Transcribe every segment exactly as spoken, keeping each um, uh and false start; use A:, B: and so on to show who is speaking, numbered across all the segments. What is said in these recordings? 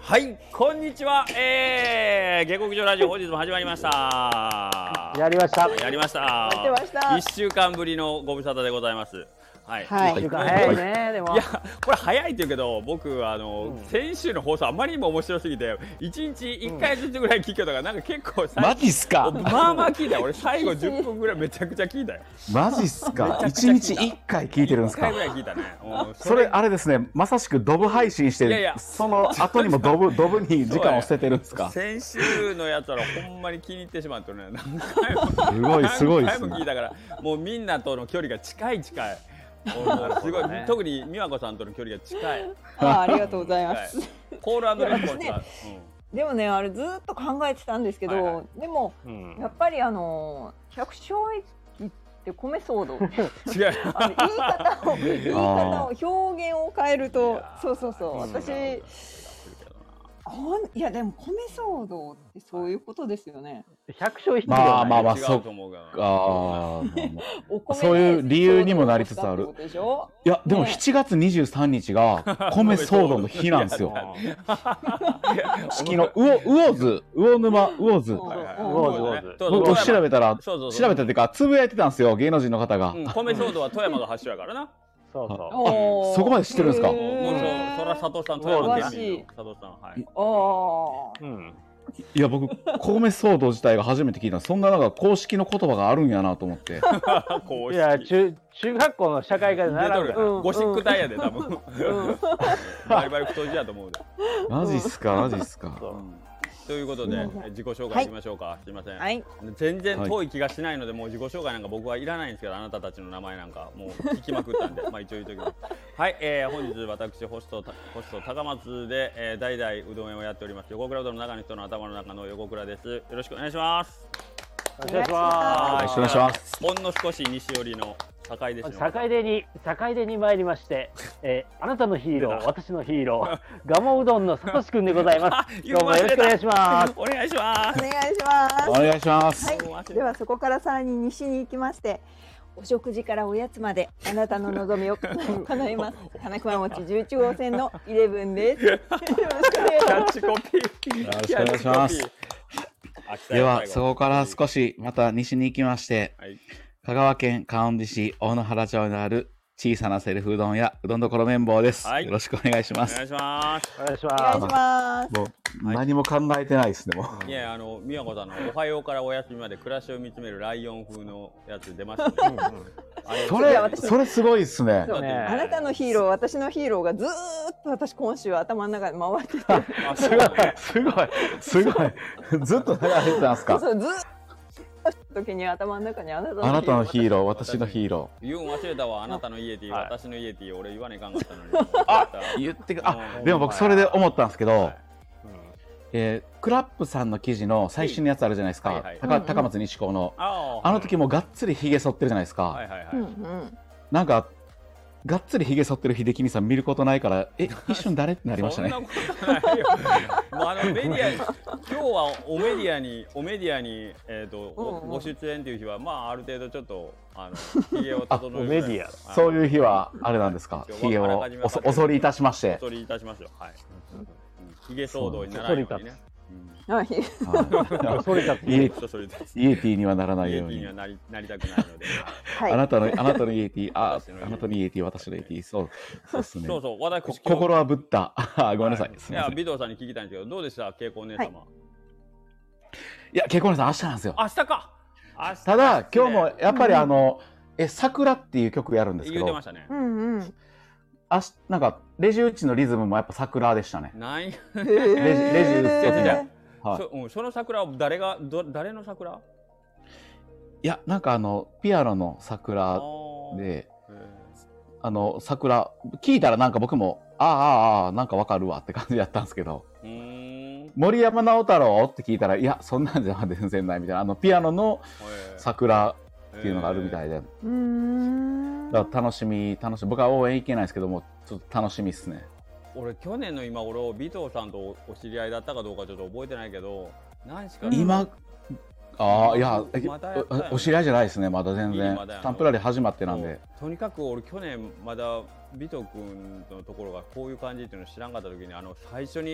A: はい、こんにちは。えー、下克上ラジオ本日も始まりました。
B: やりました。
A: やりました。
C: やってました。
A: 一週間ぶりのご無沙汰でございます。はい。
C: はい。
B: 一週間早いね。でも。
A: いや、これ早いって言うけど、僕あの、うん、先週の放送あまりにも面白すぎて、一日一回ずつぐらい聞けたから、なんか結構
D: マジっすか。
A: まあまあ聞いたよ。俺最後じゅっぷんぐらいめちゃくちゃ聞いたよ。
D: マジっすか。一日一回聞いてるんですか。
A: 一回ぐらい聞いたね。
D: それあれですね。まさしくドブ配信して、いやいやその後にもドブドブに時間を捨ててるんですか。
A: 先週のやつはほんまに気に入ってしまってね。何回も
D: すごいすごい
A: ですね。何回も聞いたから、もうみんなとの距離が近い近い。すごい、ね、特に美和子さんとの距離が近い。
C: あ, ありがとうございます。
A: コール&レスポンスは、
C: うん、でもねあれずっと考えてたんですけど、はいはい、でも、うん、やっぱりあの百姓駅って米騒動。
A: 違う。
C: あの言い方を言い方を表現を変えると、そうそうそう私。いやでも米騒動ってそういうことですよね。
B: 百姓引き
D: まあまあまあそうあそういう理由にもなりつつある。いやでもしちがつにじゅうさんにちが米騒動の日なんですよ。式の魚津魚沼魚津僕調べたら調べたっていうかつぶやいてたんですよ芸能人の方が。
A: 米騒動は富山が発祥やからな。
B: そうそ
D: う。そこまで知ってるんですか。も
A: うそら佐藤さん、富山県民の佐藤さん、はい。
C: ああ。うん。
D: いや僕米騒動自体が初めて聞いた。そんななんか公式の言葉があるんやなと思って。
B: いや中中学校の社会科で習うから。
A: ゴシック体やで多分。バリバリ太字やと思うで。
D: マジっすかマジっすか。
A: ということで自己紹介しましょうか。すみません、はい、全然遠い気がしないのでもう自己紹介なんか僕はいらないんですけどあなたたちの名前なんかもう聞きまくったんでまあ一応言うときますはい、えー、本日私ホストホスト高松で、えー、代々うどん屋をやっております横倉うどんの中の人の頭の中の横倉です。よろしくお願いします。
B: お願いします。
D: よろしくお願いします。
A: ほんの少し西寄りの坂出市の
B: 坂出に坂出に参りまして、えー、あなたのヒーロー私のヒーローガモうどんのさとしくんでございます。どうもよろしくお願いします。
A: お願いします。
C: お願いします。
D: お願いします。
C: はい、ではそこからさらに西に行きまして、お食事からおやつまであなたの望みを叶えます。金熊餅じゅういち号線のイレブンです。よろしくお願いします。
A: キャッチコピー。
D: よろしくお願いします。ではそこから少しまた西に行きまして。はい、香川県観音寺市大野原町にある小さなセルフうどん屋うどんどころ綿棒です、はい、よろしくお願いします。
A: お願いします。
B: お願いし
C: ます。お願いします。
D: もう何も考えてないですねも
A: う。いやあの美和子さんのおはようからお休みまで暮らしを見つめるライオン風のやつ出ましたね。
D: それそれすごいですね。
C: あなたのヒーロー私のヒーローがずーっと私今週頭の中で回ってて。
D: すごいすごいすごいずっと流れてたんですか。
C: そうずっ時に頭の中にあなたの
D: あなたのヒーロー私のヒーロ
A: ー言うん忘れたわ。あなたのイエティ、はい、私のイエティ俺言わねえかんかったのに
D: あ言ってくあでも僕それで思ったんですけど、はいうんえー、クラップさんの記事の最新のやつあるじゃないですか、はいはいはい、高松西高の、うんうん、あの時もがっつりひげ剃ってるじゃないですか、はいはいはい、なんかがっつりひげ剃ってる秀樹兄さん見ることないからえ一瞬誰ってなりましたね。
A: そんなことないよ。もうあのメディア今日はおメディアにおメディアにえっ、ー、と、うんうん、ご出演という日はまあある程度ちょっとあのひげを整える
B: メディア
D: そういう日はあれなんですか。ひげをお剃りいたしまして。
A: お剃りいたしますよ。はい。ひげ騒動にならないようにね。
C: はい。
B: それだって
D: イエティにはならないように。
A: イエティにはなりなりたくないので。
D: あなたのあなたのイエティ、ああなたのイエティ、私のイエティ、そうそうですね。
A: そうそう、私
D: 心はぶった。ごめんなさい。
A: いや、尾藤さんに聞きたいんですけど、どうでした、恵子お姉様。い
D: や、恵子お姉さん明日なんですよ。
A: 明日か。
D: ただ今日もやっぱりあのえ桜っていう曲やるんですけど。
A: 言ってましたね。
C: うんうん。
D: あしなんかレジ打ちのリズムもやっぱ桜でしたね。
A: ない。レジ
D: レジ打つ時じゃ。
A: はい、そ, うん、その桜は誰がど誰の桜？
D: いやなんかあのピアノの桜であの桜聞いたらなんか僕もああああなんかわかるわって感じやったんですけど森山直太朗って聞いたらいやそんなんじゃ全然ないみたいなあのピアノの桜っていうのがあるみたいでだから楽しみ楽しみ僕は応援行けないですけどもちょっと楽しみっすね。
A: 俺去年の今頃尾藤さんとお知り合いだったかどうかちょっと覚えてないけど何しか
D: 今ああいやお知り合いじゃないですねまだ全然スタンプラリー始まってなんで
A: とにかく俺去年まだ尾藤君のところがこういう感じっていうのを知らんかった時にあの最初に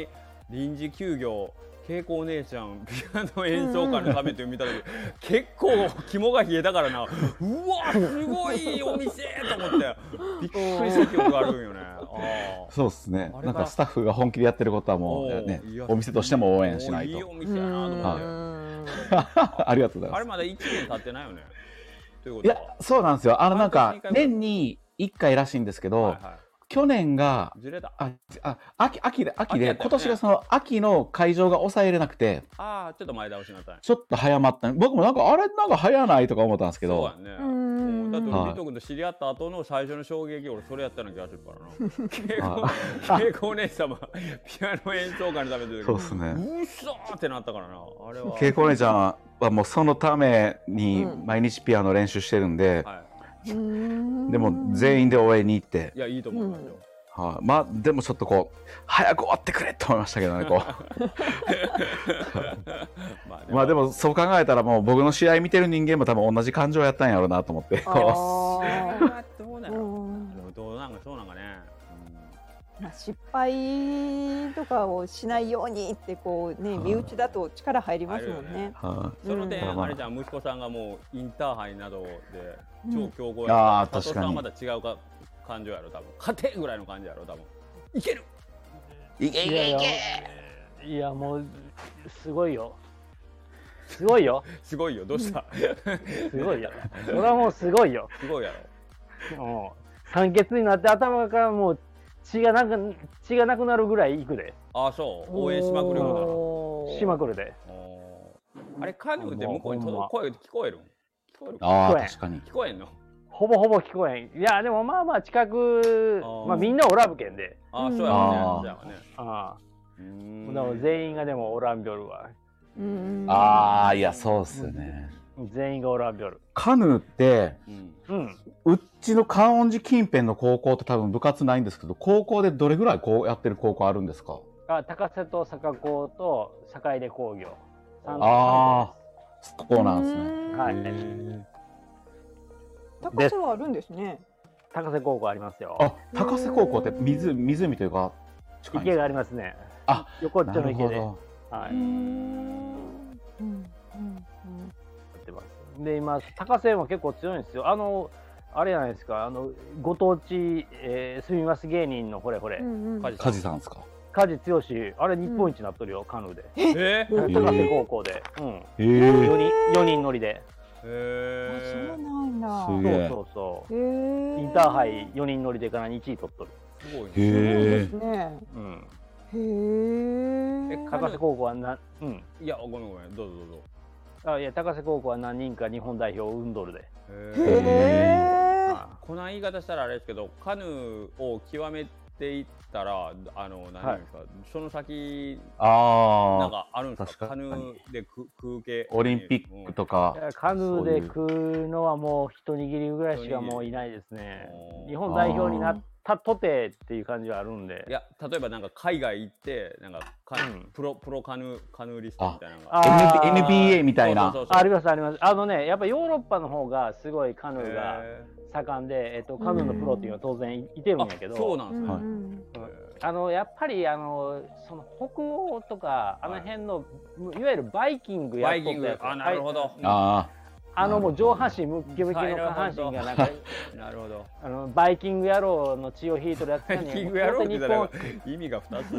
A: 臨時休業恵子お姉ちゃんピアノ演奏会のためって見た時、結構肝が冷えたからな、うわすごいお店と思ってびっくりした記憶があるんよね。あ
D: そうですね。なんかスタッフが本気でやってることはもうね、お店としても応援しないと。
A: いいお店やなと思って、
D: ありがとうございます。
A: あれまだいちねん経ってないよね。ということ
D: いや、そうなんですよ。あのなんか年にいっかいらしいんですけど、はいはい、去年が
A: ずれた。
D: ああ秋秋で秋で、ね、今年がその秋の会場が抑えれなくて、
A: ああちょっと前倒しになったね。
D: ちょっと早まった。僕もなんかあれなんか早ないとか思ったんですけど。
A: そうやね。もうだって俺リト君と知り合った後の最初の衝撃、俺それやったような気がするからな。恵子お姉様ピアノ演奏会のためで。
D: そうですね。
A: うそーってなったからな。あれは。
D: 恵子お姉ちゃんはもうそのために毎日ピアノ練習してるんで。うん、はい、でも全員で応援に行って。
A: いやいいと思いますよ。
D: はい、あ、まあでもちょっとこう早く終わってくれと思いましたけどね、こうまあ、まあでもそう考えたらもう僕の試合見てる人間も多分同じ感情やったんやろうなと思って。
A: ああどうなの、どうなんかそうなんかね、
C: うん、失敗とかをしないようにってこうね、身内だと力入りますもんね。
A: はあ、その点、うん、あれじゃん、息子さんがもうインターハイなどで超強豪や、
D: うん、ああ確かに。
A: 佐藤さんはまた違うか感情やろ多分。勝てぐらいの感じやろ多分。いける。
D: いけいけい
B: け。いやもうすごいよ。すごいよ。
A: すごいよ。どうした？
B: すごいよ。それはもうすごいよ。
A: すごいやろ。
B: もう酸欠になって頭からもう血がなく血がなくなるぐらいいくで。
A: ああそう。応援しまくるよ
B: な。しまくるで。
A: あれカヌーで向こうに届く声聞こえる？聞こえる？
D: ああ確かに。
A: 聞こえんの？
B: ほぼほぼ聞こえん。いやでもまあまあ近く、まあみんなオラブけんで。
A: ああそうやわね。じゃあね。
B: ああ。だから全員がでもオランビョルは。
D: ああいやそうっすよね。
B: 全員がオランビョル。
D: カヌーって、
B: うん、
D: うちの観音寺近辺の高校って多分部活ないんですけど、高校でどれぐらいこうやってる高校あるんですか？
B: あ、高瀬と坂高と坂出工業。
D: ああ、そうなんですね。
B: はい。
C: 高瀬はあるんですね。
B: 高瀬高校ありますよ。
D: あ、高瀬高校って湖、湖というか
B: 池がありますね。
D: あ、
B: 横っちょの池で。
D: はい。
B: で今高瀬も結構強いんですよ。あのあれじゃないですか。あのご当地、えー、住みます芸人のほれほれ。
D: 梶さんですか。
B: 梶剛あれ日本一になっとるよ、カヌーで。
A: え
B: ー、高瀬高校で。うん。
D: えー、
B: よにんよにん乗りで。
C: へえ。そうなんだ。
B: そうそうそう。インターハイよにん乗りでからいちい取っとる。
A: すごいね。
D: へえ。
B: うん。
C: へえ。
B: 高瀬高校はな、うん。
A: いやごめんごめんどうぞどうぞ。
B: あいや高瀬高校は何人か日本代表を生んどるで。へ
C: え。
A: この言い方したらあれですけど、カヌーを極めていったらあの何ですか、はい、その先
D: あ
A: なんかあるんですか？カヌーで空系
D: オリンピックとか、
B: うん、カヌーで食うのはもう一握りぐらいしかもういないですね。日本代表になったとてっていう感じはあるんで。
A: いや例えばなんか海外行ってなんかカヌー、うん、プロプロカヌーカヌーリストみたいなのが
D: エヌビーエー みたいな。
B: ありますあります。あのねやっぱヨーロッパの方がすごいカヌーが盛んで、えっとカヌーのプロっていうのは当然いてるんやけど。
A: そうなんですね。はい、
B: あのやっぱりあのその北欧とかあの辺の、はい、いわゆるバイキングやっとったやつ。
A: あなるほど。
D: あ
B: あのもう上半身ムッキムキの下半身がなんか
A: なるほど。
B: あのバイキング野郎の血を引いとるやつがね。
A: バイキング野郎って言ったら意味がふたつ。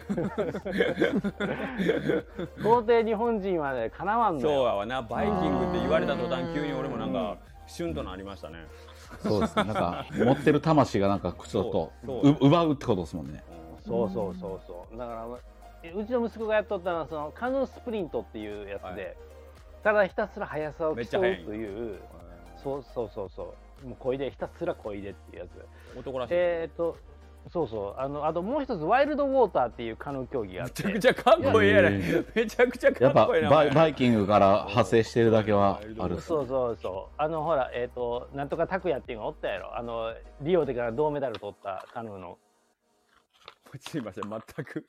B: 到底日本人はねかなわんのよ。
A: そうやわな。バイキングって言われた途端急に俺もなんかシュンとなりましたね。
D: そうですね。なんか持ってる魂がなんかちょっと奪うってことですもんね。
B: そうそうそうそう。だからうちの息子がやっとったのはそのカヌースプリントっていうやつで、はい、ただひたすら速さを競うという、そうそうそうそう、もうこいでひたすらこいでっていうやつ。
A: 男らしい。
B: えっとそうそう、あのあともう一つワイルドウォーターっていうカヌー競技があって。
A: めちゃくちゃかっこいいやない。めちゃくちゃかっこいいな。
D: やっぱバイキングから派生してるだけはある。
B: そうそうそう。あのほらえっとなんとか拓也っていうのがおったやろ。あのリオでから銅メダル取ったカヌーの。
A: すいません、全く。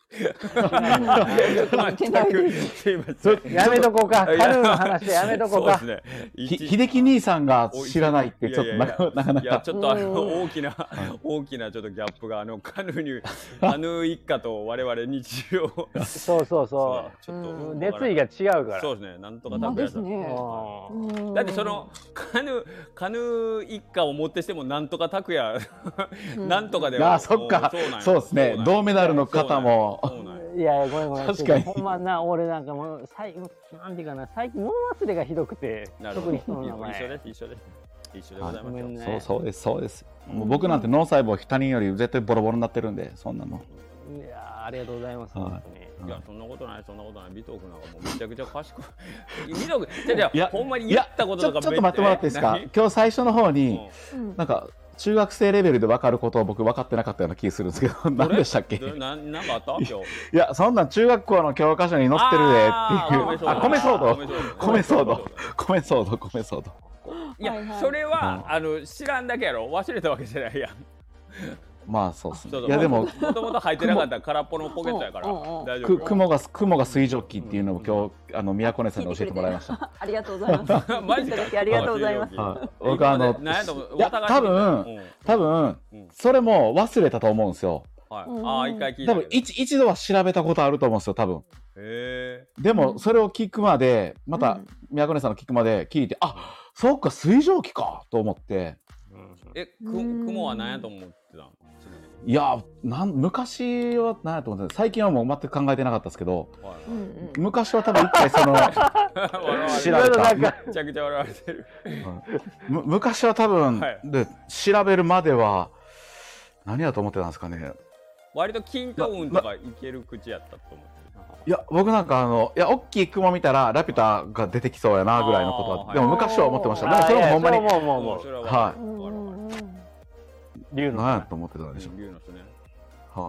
C: 全く。
A: すいません。
B: やめとこうか。カヌーの話やめとこうか。
A: そうですね。
D: 秀樹兄さんが知らないってちょっとなかなか。
A: いや、ちょっとあの大きな大きなちょっとギャップがあのカヌーにカヌー一家と我々日常。
B: そうそうそう。
A: ちょっと
B: 熱意が違うから。
A: そうですね。なんとか拓也さん。だってそのカヌーカヌー一家をもってしてもなんとか拓也なんとかでは。
D: あ、そっか。そうですね。銅メダルの方も。
B: いやごめんごめん。
D: 確かに。
B: ほんまな、俺なんかもう最後なんていうかな、最近物忘れがひどくて。特に人の名前。
A: 一緒です一緒です。一緒でございます。
D: そうそうですそうです。もう僕なんて脳細胞他人より絶対ボロボロになってるんで、そんなの。
B: いやありがとうございます。本当に。
A: いやそんなことないそんなことない。美藤君なんかもうめちゃくちゃ賢い。美藤君じゃじゃほんまに言ったこととか
D: ちょっと待ってもらっていいですか。今日最初の方になんか。中学生レベルで分かることを僕分かってなかったような気するんですけど、何でしたっけ？
A: ななんかあった今日。い
D: や、そんな中学校の教科書に載ってるでっていう。あ、米騒動。米騒動。米騒動。米騒動。
A: いや、それはあの知らんだけやろ。忘れたわけじゃないやん。
D: まあそうですね。いやでも
A: もともと入ってなかった空っぽのポケットやから大丈夫。
D: 雲が雲が水蒸気っていうのを今日あの宮古根さんに教えてもらいました。
C: ありがとうございます。マジか。ありがとうございます。
D: 僕あのいや多分多分それも忘れたと思うんですよ。
A: ああ一回聞いた。
D: 多分一一度は調べたことあると思うんですよ多分。へえ。でもそれを聞くまでまた宮古根さんの聞くまで聞いて、あ、そうか水蒸気かと思って。
A: え、雲は何やと思ってたの？
D: いやなん昔は何やと思ってた。最近はもう全く考えてなかったですけど、昔は多分一回その調べた。
A: めちゃくちゃ笑われてる。
D: 昔は多分で調べるまでは何やと思ってたんですかね。
A: 割と均等運とかいける口やったと思って。
D: いや僕なんかあのいや大きい雲見たらラピュタが出てきそうやなぐらいのことはでも昔は思ってました。でもそれもほんまにはい。
B: 竜の
D: 何やと思ってたんでしょう。
A: 竜の巣ね。
D: はい。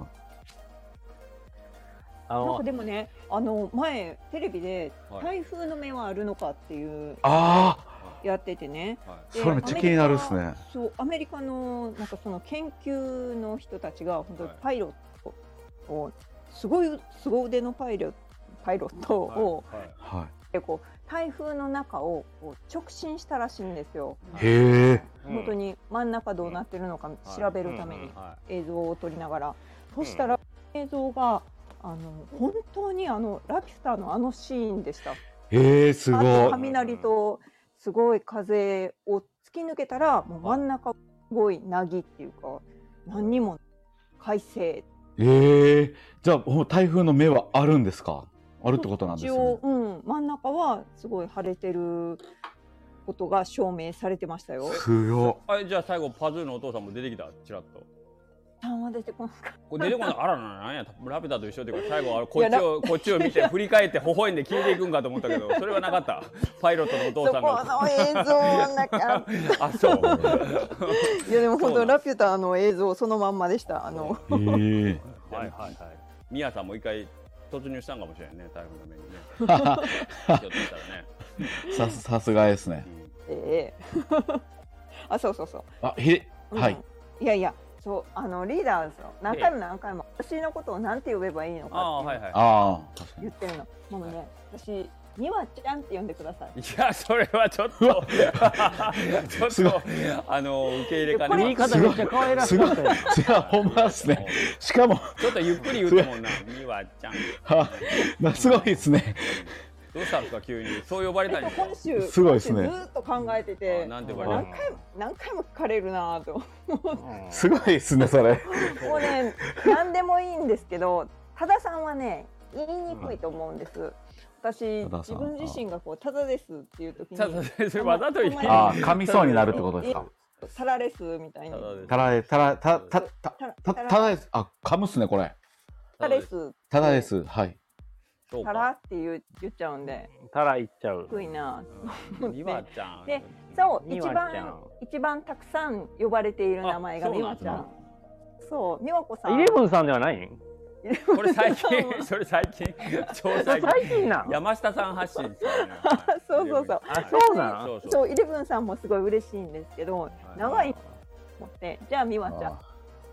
C: なんかでもね、あの前テレビで台風の目はあるのかっていうやっててね。
D: それめっちゃ気になるっすね。
C: そうアメリカのなんかその研究の人たちが本当にパイロットをすごい凄腕のパイロットパイロットをでこう台風の中をこう直進したらしいんですよ。
D: へえ。
C: 本当に真ん中どうなってるのか調べるために映像を撮りながら、そしたら映像があの本当にあのラピュタのあのシーンでした。
D: へえ、すごい。
C: 雷とすごい風を突き抜けたらもう真ん中すごい凪っていうか何にも快晴。
D: ええ、じゃあ台風の目はあるんですか？あるってことなんですね。一応、
C: うん、真ん中はすごい晴れてることが証明されてましたよ。
D: すご
A: い。あ、じゃあ最後パズーのお父さんも出てきた？ちらっと。
C: あんま出てこなかった。
A: これ出てこない。あらな、なんや、ラピュタと一緒っていうか、最後あこっちをこっちを見て振り返って微笑んで聞いていくんかと思ったけど、それはなかった。パイロットのお父さんが。
C: そこの映像なかった。
A: あ、そう。
C: いやでも本当ラピュタの映像そのまんまでした。あの。
D: へえ。はい
A: はいはい。ミヤさんも一回突入したんかもしれないね、台風の目にね。ひょっとしたらね。
D: ささすがですね。
C: ええ。あ、そうそうそう。
D: あ、ひはい。
C: いやいや。そうあのリーダーですよ。何回も何回も私のことをなんて呼べばいいのかって言ってるの。もうね、私ミワちゃんって呼んでください。
A: いやそれはちょっとちょっとあの受け入れかね。
B: 言い方めっちゃ可愛らしかったよ。
D: いやほんまですね。しかも
A: ちょっとゆっくり言うともんな。ミワちゃん。
D: は、すごいですね。
A: どうしたんですか急にそう呼ばれたんですか。
C: 今週
D: すごいですね。
C: ずっと考えてて、何回も何回も聞かれるなと。
D: すごいですねそれ。
C: もうね何でもいいんですけど、多田さんはね言いにくいと思うんです。私自分自身がこうただですっていう時に、
A: ただですわざと言って、
D: ああ噛みそうになるってことですか。
C: たらですみたいに。
D: たらたらたたたたただです。あ噛むっすねこれ。
C: たです。
D: ただですはい。
C: タラって言っちゃうんで、
B: タラ言っちゃう。
C: 低いな。
A: ミワちゃん。
C: で、そう一番一番たくさん呼ばれている名前がミワちゃん。そう、ミワコさん。
B: イレブンさんではないん？
A: これ最近、それ最近、超最近。
B: 最近な。
A: 山下さん発信。
C: そうそうそう。
B: あ、そうなの？
C: そう、イレブンさんもすごい嬉しいんですけど、長いと思って、じゃあミワちゃん。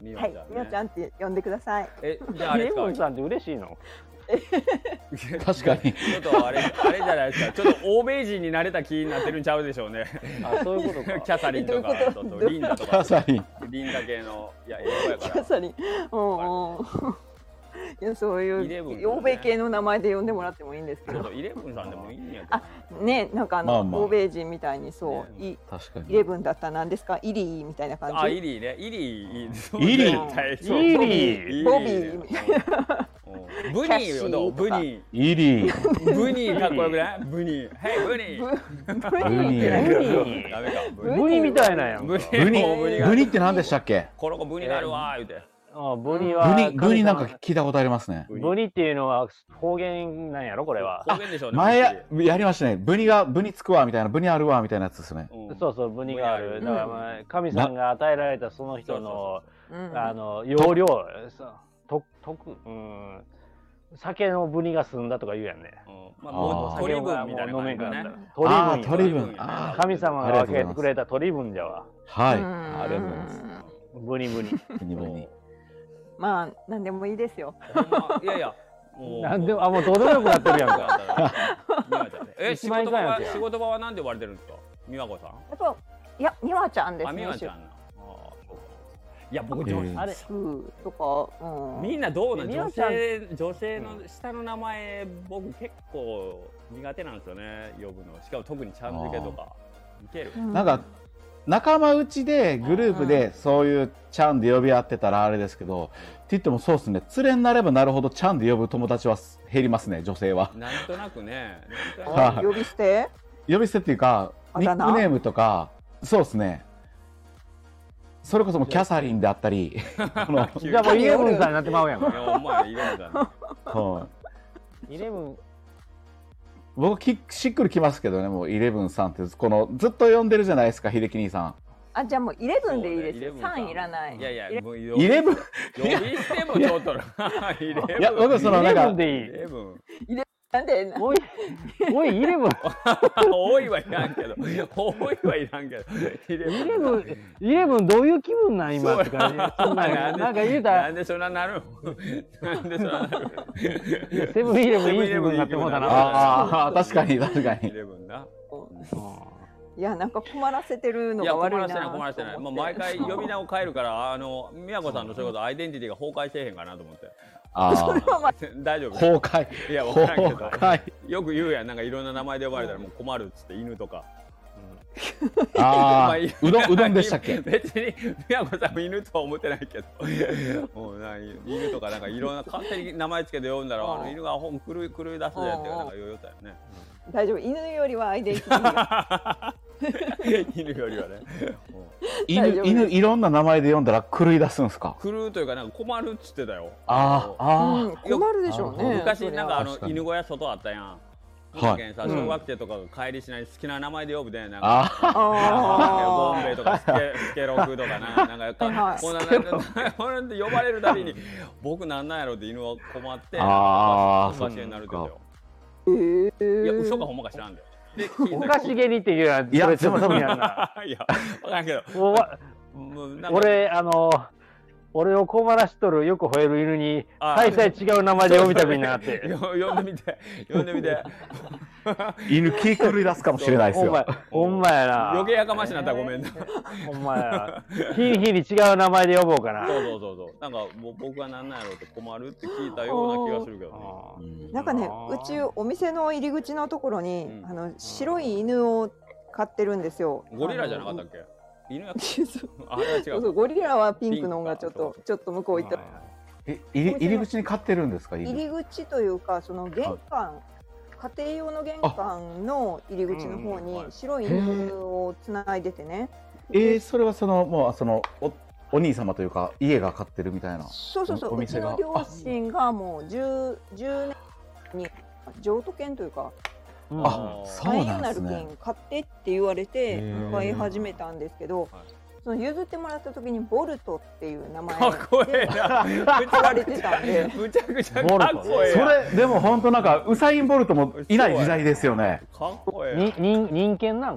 C: はい、みわちゃんって呼んでください。
A: え、じゃああれですか。
B: イレブンさんって嬉しいの？
D: 確かに。
A: ちょっとあれあれじゃないですか。ちょっと欧米人になれた気になってるんちゃうでしょうね。
B: あ、そういうことか。
A: キャサリンとかリンダとか。
D: キャサリン。
A: リンダ系のいや英語やから。
C: キャサリン。うんうん。いやそういう欧米系の名前で呼んでもらってもいいんですけど。
A: イレブンさんでもいいんやけど。
C: あ、ね、なんかあの欧米人みたいにそう、イレブンだったら何ですか、イリーみたいな感じ。
A: あ、イリーね、イリー、
D: イリ
A: ー、
B: イリ
C: ー、ボビーみたいな。
A: ブニーよ、ブニー。
D: イリー。
A: ブニーかっこよくない？ブニー。ヘイブニー。
C: ブニー。
A: ダメか。
B: ブニーみたいなやん。
D: ブニー。ブニーって何でしたっけ？
A: この子ブニがあるわ言うて。
B: あ、ブニは
D: ブニブニなんか聞いたことありますね。
B: ブニっていうのは方言なんやろこれは。
A: 方言でしょうね。
D: 前ややりましたね。ブニがブニつくわみたいな、ブニあるわみたいなやつですね。
B: そうそう、ブニがある。だからまあ神さんが与えられたその人のあの容量、ととくうん。酒のブニが済んだとか言うやんね。
A: まあもう取り分みたいな感じね。
D: ああ、取り分。
B: 神様が分けてくれた取り分じゃわ。
D: はい。ありがとうございます。
B: ブニブニ。
D: ブニブニ。
C: まあ何でもいいですよ。
A: いやいや。
B: なんでもあもうどうでもよくなってるやんか。
A: え、仕事場は仕事場はなんで呼ばれてるんですか。美和子さん。
C: やっぱいや美和ちゃんですね。
A: あ、美和ちゃん。いや僕女
C: あれとか、
A: みんなどうなの？女性女性の下の名前僕結構苦手なんですよね、呼ぶの。しかも特にちゃん付けとかいける。
D: なんか仲間内でグループでそういうちゃんで呼び合ってたらあれですけど、って言ってもそうですね。連れになればなるほどちゃんで呼ぶ友達は減りますね、女性は。
A: なんとなくね。
C: 呼び捨て？
D: 呼び捨てっていうかニックネームとか、そうですね。それこそもキャサリンであったり、
B: じゃあもうイレブンさんになってまうやんか。
A: お前イレブンさ
B: ん。イレブン。
D: 僕きしっくりきますけどね、もうイレブンさんってこのずっと呼んでるじゃないですか、秀樹兄さん。
C: あ、じゃあもうイレブンでいいですよ。さんいらない。
A: いやいや、
D: イレブン。
A: 呼び捨てもちょっとな。イレブン。
D: いや、僕そのなんか。
B: イレブン。
C: なんで
B: おい、おい、イレブン。
A: 多いはいらんけど。多いはいらんけど。
B: イレブン、イレブンどういう気分なん今って感じ。なんか言うたら。
A: なんでそんななるなんでそんななる
B: セブンイレブンいい気分になってもうたな。
D: ああ、確かに確かに。
A: イレブンな。
C: いや、なんか困らせてるのが悪いな。
A: いや、困らせてない、困らせてない。もう毎回呼び名を変えるから、あの、宮子さんのそういうことアイデンティティが崩壊せえへんかなと思って。
D: ああ、
A: 大丈夫。
D: 崩壊。
A: いや、分からんけど。よく言うやん、なんかいろんな名前で呼ばれたらもう困るっつって、犬とか。
D: ああ、うどん、うどんでしたっけ。
A: 別に宮子さんも犬とは思ってないけど。もうな、犬とかなんかいろんな勝手に名前つけて呼んだら、あの犬が本狂い狂い出すやつがなんかよよったよね。
C: 大丈夫、犬よりはアイデンティティが。
A: 犬よりはね。
D: 犬、犬いろんな名前で呼んだら狂い出すんですか。
A: 狂うというかなんか困るっつってたよ。
D: ああ、あ
C: あ、困るでしょうね。
A: 昔なんかあの犬小屋外あったやん。はい。さ、小学生とかが帰りしない好きな名前で呼ぶで、なんかボンベとかスケスケロクとかな、なんかこんなこんな呼ばれるたびに僕なんなんやろって犬は困って、
D: ああ、
A: おかしげになるって言うよ。
C: ええ。
A: いや、嘘かほんまか知らんで。
B: おかしげにっていうのは、いや、でも多分やんな。
A: いや、分からんけど。
B: 俺、あの、俺を困らしとるよく吠える犬に、大体違う名前で呼びたくなって。
A: 呼んでみて、呼んでみて。
D: 犬気狂い出すかもしれないですよ。
B: ほんまやな。
A: 余計やかましになったらごめんな。
B: ほんまやな。日に日に違う名前で呼ぼうかな。
A: そうそうそうそう。なんか僕がなんなんやろうって困るって聞いたような気がするけど
C: ね。なんかね、うちお店の入り口のところにあの白い犬を飼ってるんですよ。
A: ゴリラじゃなかったっけ？犬やっ
C: あれは違う。ゴリラはピンクのがちょっとちょっと向こう行った。
D: え、入り口に飼ってるんですか？
C: 入り口というかその玄関。家庭用の玄関の入り口の方に白い犬をつないでてね。
D: えー、それはそのもうその お, お兄様というか家が飼ってるみたいな。
C: そうそうそう。うちの両親がもうじゅう、じゅうねんに譲渡犬というか。
D: あ、そうなんですね。
C: 飼い犬買ってって言われて飼い始めたんですけど。その譲ってもらった時にボルトっていう名前で使われてたんで、
A: むちゃくちゃかっこいい。
D: それでも本当なんかウサインボルトもいない時代ですよね。
A: かっこいい。
B: 人人犬なんか。
A: う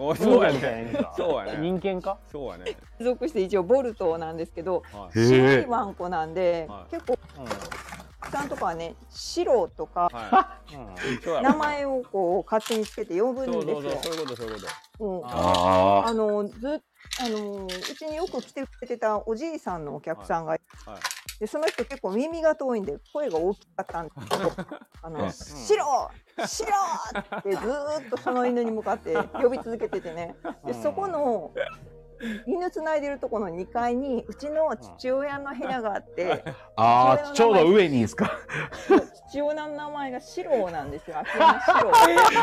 A: そうやね。そうやね。
B: 人間か？
A: そうやね。
C: 属して一応ボルトなんですけど、白いワンコなんで結構さんとかはね、白とか名前をこう勝手につけて呼ぶんですよ。
A: そういうことそういうこと。
C: ああのずあのうちによく来てくれてたおじいさんのお客さんが。でその人結構耳が遠いんで声が大きかったんですけど「あの白白!」ってずーっとその犬に向かって呼び続けててね、でそこの犬つないでるところのにかいにうちの父親の部屋があって、
D: ああちょうど上にですか。
C: 父親の名前が白なんですよ。秋山白。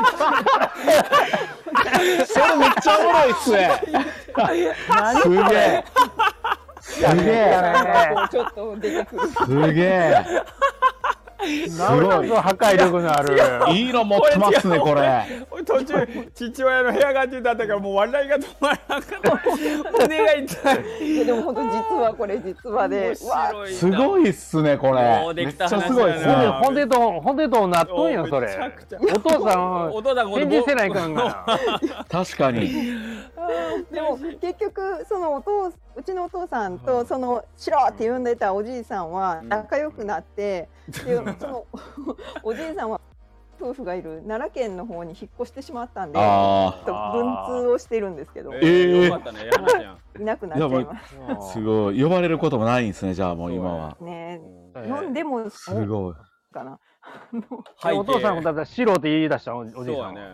D: それめっちゃおもろいっすね。すげえ。すげえ。
C: ちょっと出てくる。
D: すげえ。
B: すごい破壊力のある。
D: いいの持ってますねこれ。
A: 途中父親の部屋がって言ったからもう笑いが止まらなかった。胸が痛い。
C: いやでも本当実はこれ実はで、
D: すごいっすねこれ。めっちゃすごいっすね。
B: ほんでとほんでとなっとんやそれ。お父さん
A: お父さん
B: 返事せないかんが。
D: 確かに。
C: でも結局そのお父うちのお父さんとその白って呼んでたおじいさんは仲良くなって、でそのおじいさんは夫婦がいる奈良県の方に引っ越してしまったんで、文通をしてるんんですけど、
A: えー、よかったね、やりましたやん。
C: いなくなっちゃいま
D: す。すごい呼ばれることもないんですね、じゃあもう今は。
C: ねえ、飲んでも
D: すごい。
C: かな。
B: お父さんもだから白って言い出したおじいさん。そうやね。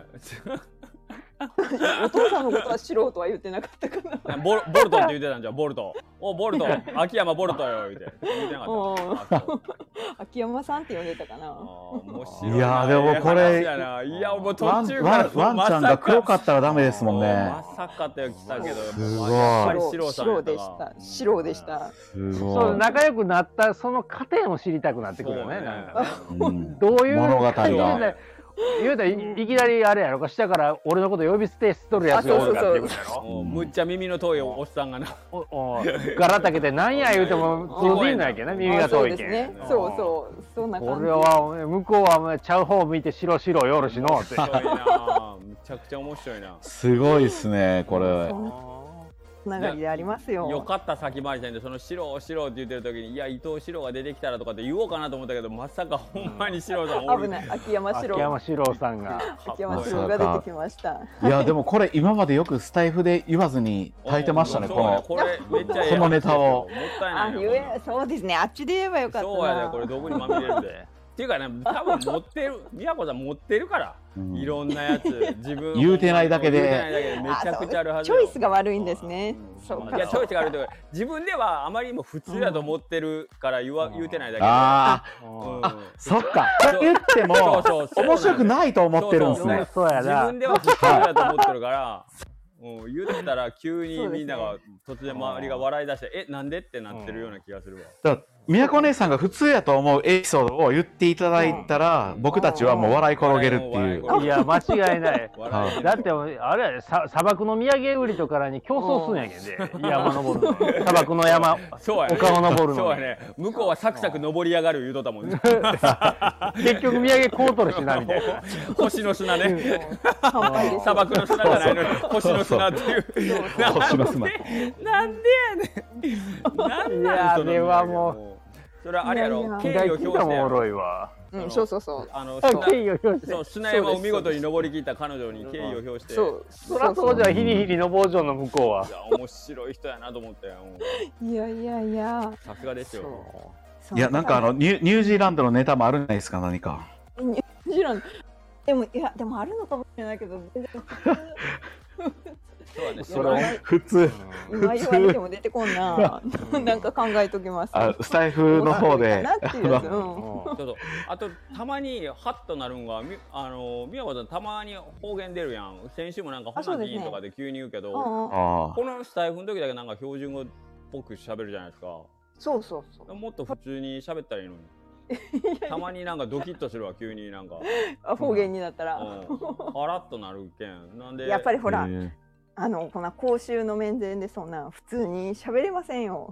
C: お父さんのことは素人は言ってなかったかな。
A: ボルボルトって言ってたんじゃん、ボルト。おボルト、秋山ボルトよ言って。言ってなかった。
C: 秋山さんって呼んでたかな。
D: いやでもこれ、
A: いやもう途中から
D: ワンちゃんが黒かったらダメですもんね。
A: まさかって来たけど、
D: すごい。
A: やっぱり白さん
C: 白でした。白でした。
D: すごい。
B: そう仲良くなったその過程も知りたくなってくるよね。どういう
D: 物語が。
B: 言うたら い, いきなりあれやろか下から俺のこと呼び捨てしとるやつがおるかっていうことやろ。
A: むっちゃ耳の遠いおっさんがな
B: ガラたけてなんや言うても通じんないけどね、耳が遠いけん。
C: そうそうそんな感じ。
B: 俺は向こうはちゃう方向いて白白よろしのって。
A: むちゃくちゃ面白いな。
D: すごいっすねこれ。
C: つながりでありますよ。
A: よかった先回りしたんで、その白白って言ってる時にいや伊藤四郎が出てきたらとかって言おうかなと思ったけど、まさかほんまに四郎さん
C: おる。危ない、秋山四郎。
B: 秋山四郎さんが。
C: 秋山四郎が出てきました。
D: いやでもこれ今までよくスタイフで言わずに炊いてましたねこの
A: これめっちゃええ
D: このネタを。
A: もったいない。
C: あ、言えそうですね。あっちで言えばよかったな。
A: そうやで、これどこにまみれるで。っていうかね、多分持ってる、宮子さん持ってるから、うん、いろんなやつ、自分
D: 言うてないだけで、
A: めちゃくちゃあるはず。
C: チョイスが悪いんですね。
A: そうか。いや、チョイスが悪いというか、自分ではあまりにも普通だと思ってるから言わ、うん、言うてないだけで。
D: ああ、そっか。言っても面白くないと思ってるんですね。
A: そうやな。自分では普通だと思ってるから。うん、言ってたら急にみんなが突然周りが笑い出して「えなんで?」ってなってるような気がするわ。
D: だ宮子姉さんが普通やと思うエピソードを言っていただいたら、うん、僕たちはもう笑い転げるっていう。
B: いや間違いない。だってあれや砂漠の土産売りとからに競争するんやけんで、山登るの砂漠の山丘を登るの。
A: そうやね。向こうはサクサク登り上がる言うとったもんね。
B: 結局土産こうとるしなみたいな。
A: 星の砂ね。砂漠の砂じゃないのに星の砂っていう。
D: 星の砂。
A: なんでやねん。なんなんそれはもう。それはあれやろ、敬意を表して
B: おもろいわ。
C: うん、そうそうそう。
A: あの
B: 敬意を表して。
A: そう、砂山を見事に登り切った彼女に敬意を表して。
B: そう。そらそうじゃヒリヒリの坊城の向こうは。
A: いや面白い人やなと思ったよ。
C: いやいやいや。
A: さすがですよ。
D: いやなんかあのニュニュージーランドのネタもあるんじゃないですか何か。
C: ニュージーランド。でもいやでもあるのかもしれないけど。
A: それ
D: 普通
C: 今言われても出てこんな。なんか考えときます。
D: あスタイフの方で。
A: あとたまにハッとなるんがあの宮子さんたまに方言出るやん。先週もなんかほなきんとかで急に言うけど、このスタイフの時だけなんか標準語っぽく喋るじゃないですか。
C: そうそうそう。
A: もっと普通に喋ったらいいのに。たまになんかドキッとするわ急になんか。
C: あ方言になったら。
A: ハラッとなるけん。なんで。
C: やっぱりほら。 あのこんな公衆の面前でそんな普通に喋れませんよ。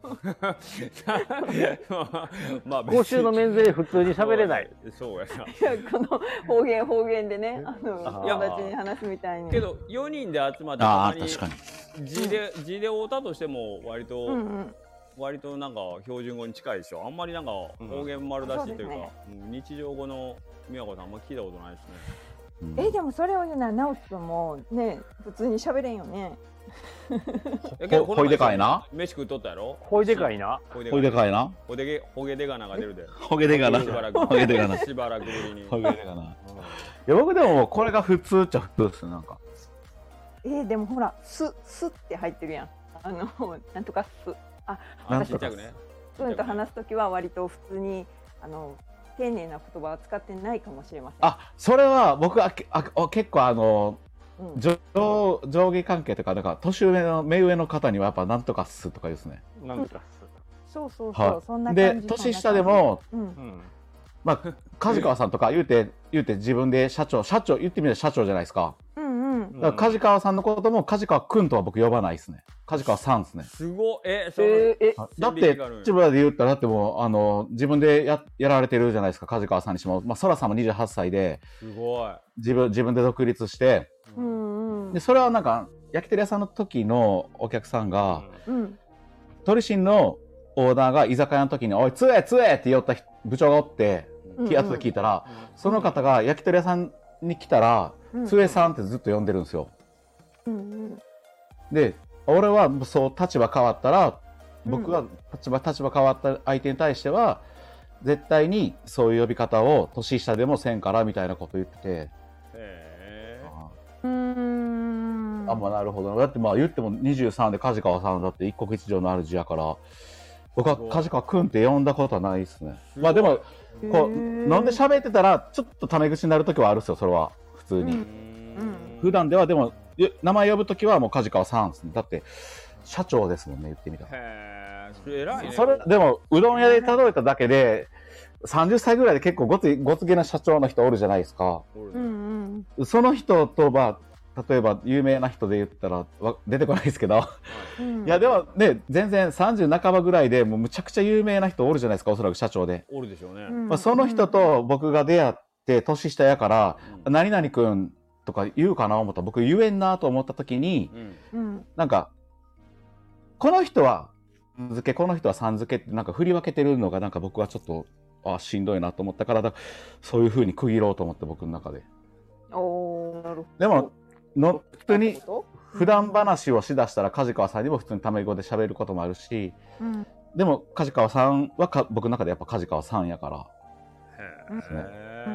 B: まあ公衆の面前で普通に喋れない。
A: そうやな。
C: いやこの方言方言でね、あの友達に話すみたいに。
A: けどよにんで集まって
D: ああ確かに。
A: 字で字で会うたとしても割と、うんうん、割となんか標準語に近いでしょ。あんまりなんか方言丸出しというか、うんね、日常語の宮子さんあんま聞いたことないですね。
C: うん、えでもそれを言うなら直樹君もね普通に喋れんよね。
D: ほいでかいな。
A: 飯食っとったやろ。
B: ほいでかいな。
D: ほいでかいな。
A: ほげほげでがなが出るで。
D: ほげでがな。
A: しばらくほげでがな。しばらくぶりに。
D: ほげでがな。いや僕でもこれが普通っちゃ普通ですなんか。
C: えー、でもほらすすって入ってるやん。あのなんとかす。あ、
A: 私ちっちゃくね。
C: うんと話すときは割と普通にあの。丁寧な言葉は使ってないかもしれません。
D: あ、それは僕はあ結構あの、うん、上, 上下関係とかなんか年上の目上の方にはやっぱなんとかすとかですね。
B: なんとかす。
C: そうそうそう、はい、そんな
D: 感じで年下でも、うん、まあ梶川さんとか言うて言うて自分で社長社長言ってみれば社長じゃないですか。うんうん。だから梶川さんのことも梶川くんとは僕呼ばないですね。梶川さんですね。
A: すごい。え、
B: そええ
D: だって千葉で言ったらだってもうあの自分で や, やられてるじゃないですか梶川さんにしても、まあ空さんもにじゅうはっさいです
A: ごい
D: 自分自分で独立して、うんうん、でそれはなんか焼き鳥屋さんの時のお客さんが、うん、鳥新のオーダーが居酒屋の時に「おいつえつえ!」って言った部長がおって、うん、後で聞いたら、うんうん、その方が焼き鳥屋さんに来たら「うん、つえさん」ってずっと呼んでるんですよ。うんうん、で俺はそう立場変わったら僕は立場立場変わった相手に対しては絶対にそういう呼び方を年下でもせんからみたいなこと言ってて。へえ。うん。あまあなるほど。だってまあ言ってもにじゅうさんで梶川さんだって一国一城の主やから僕は梶川くんって呼んだことはないですね。まあでもこう飲んで喋ってたらちょっとタメ口になる時はあるんですよそれは普通に。うん、普段ではでも名前呼ぶときはもう梶川さんですね。だって社長ですもんね言ってみたら。へー、偉いね。それでもうどん屋でたどれただけでさんじゅっさいぐらいで結構ごつごつげな社長の人おるじゃないですか。うんうん、その人とまあ例えば有名な人で言ったら出てこないですけど、うん、いやでもね全然さんじゅう半ばぐらいでもうむちゃくちゃ有名な人おるじゃないですかおそらく社長で。
A: おるでしょうね。
D: まあ、その人と僕が出会って年下やから「うん、何々くん」とか言うかな思ったら僕言えんなと思った時に、うん、なんかこの人は付けこの人はさん付けってなんか振り分けてるのがなんか僕はちょっとあしんどいなと思ったからだそういう風に区切ろうと思って僕の中で。おなるほど。でもの普通に普段話をしだしたら梶川さんにも普通にタメ語で喋ることもあるし、うん、でも梶川さんはか僕の中でやっぱ梶川さんやからですね。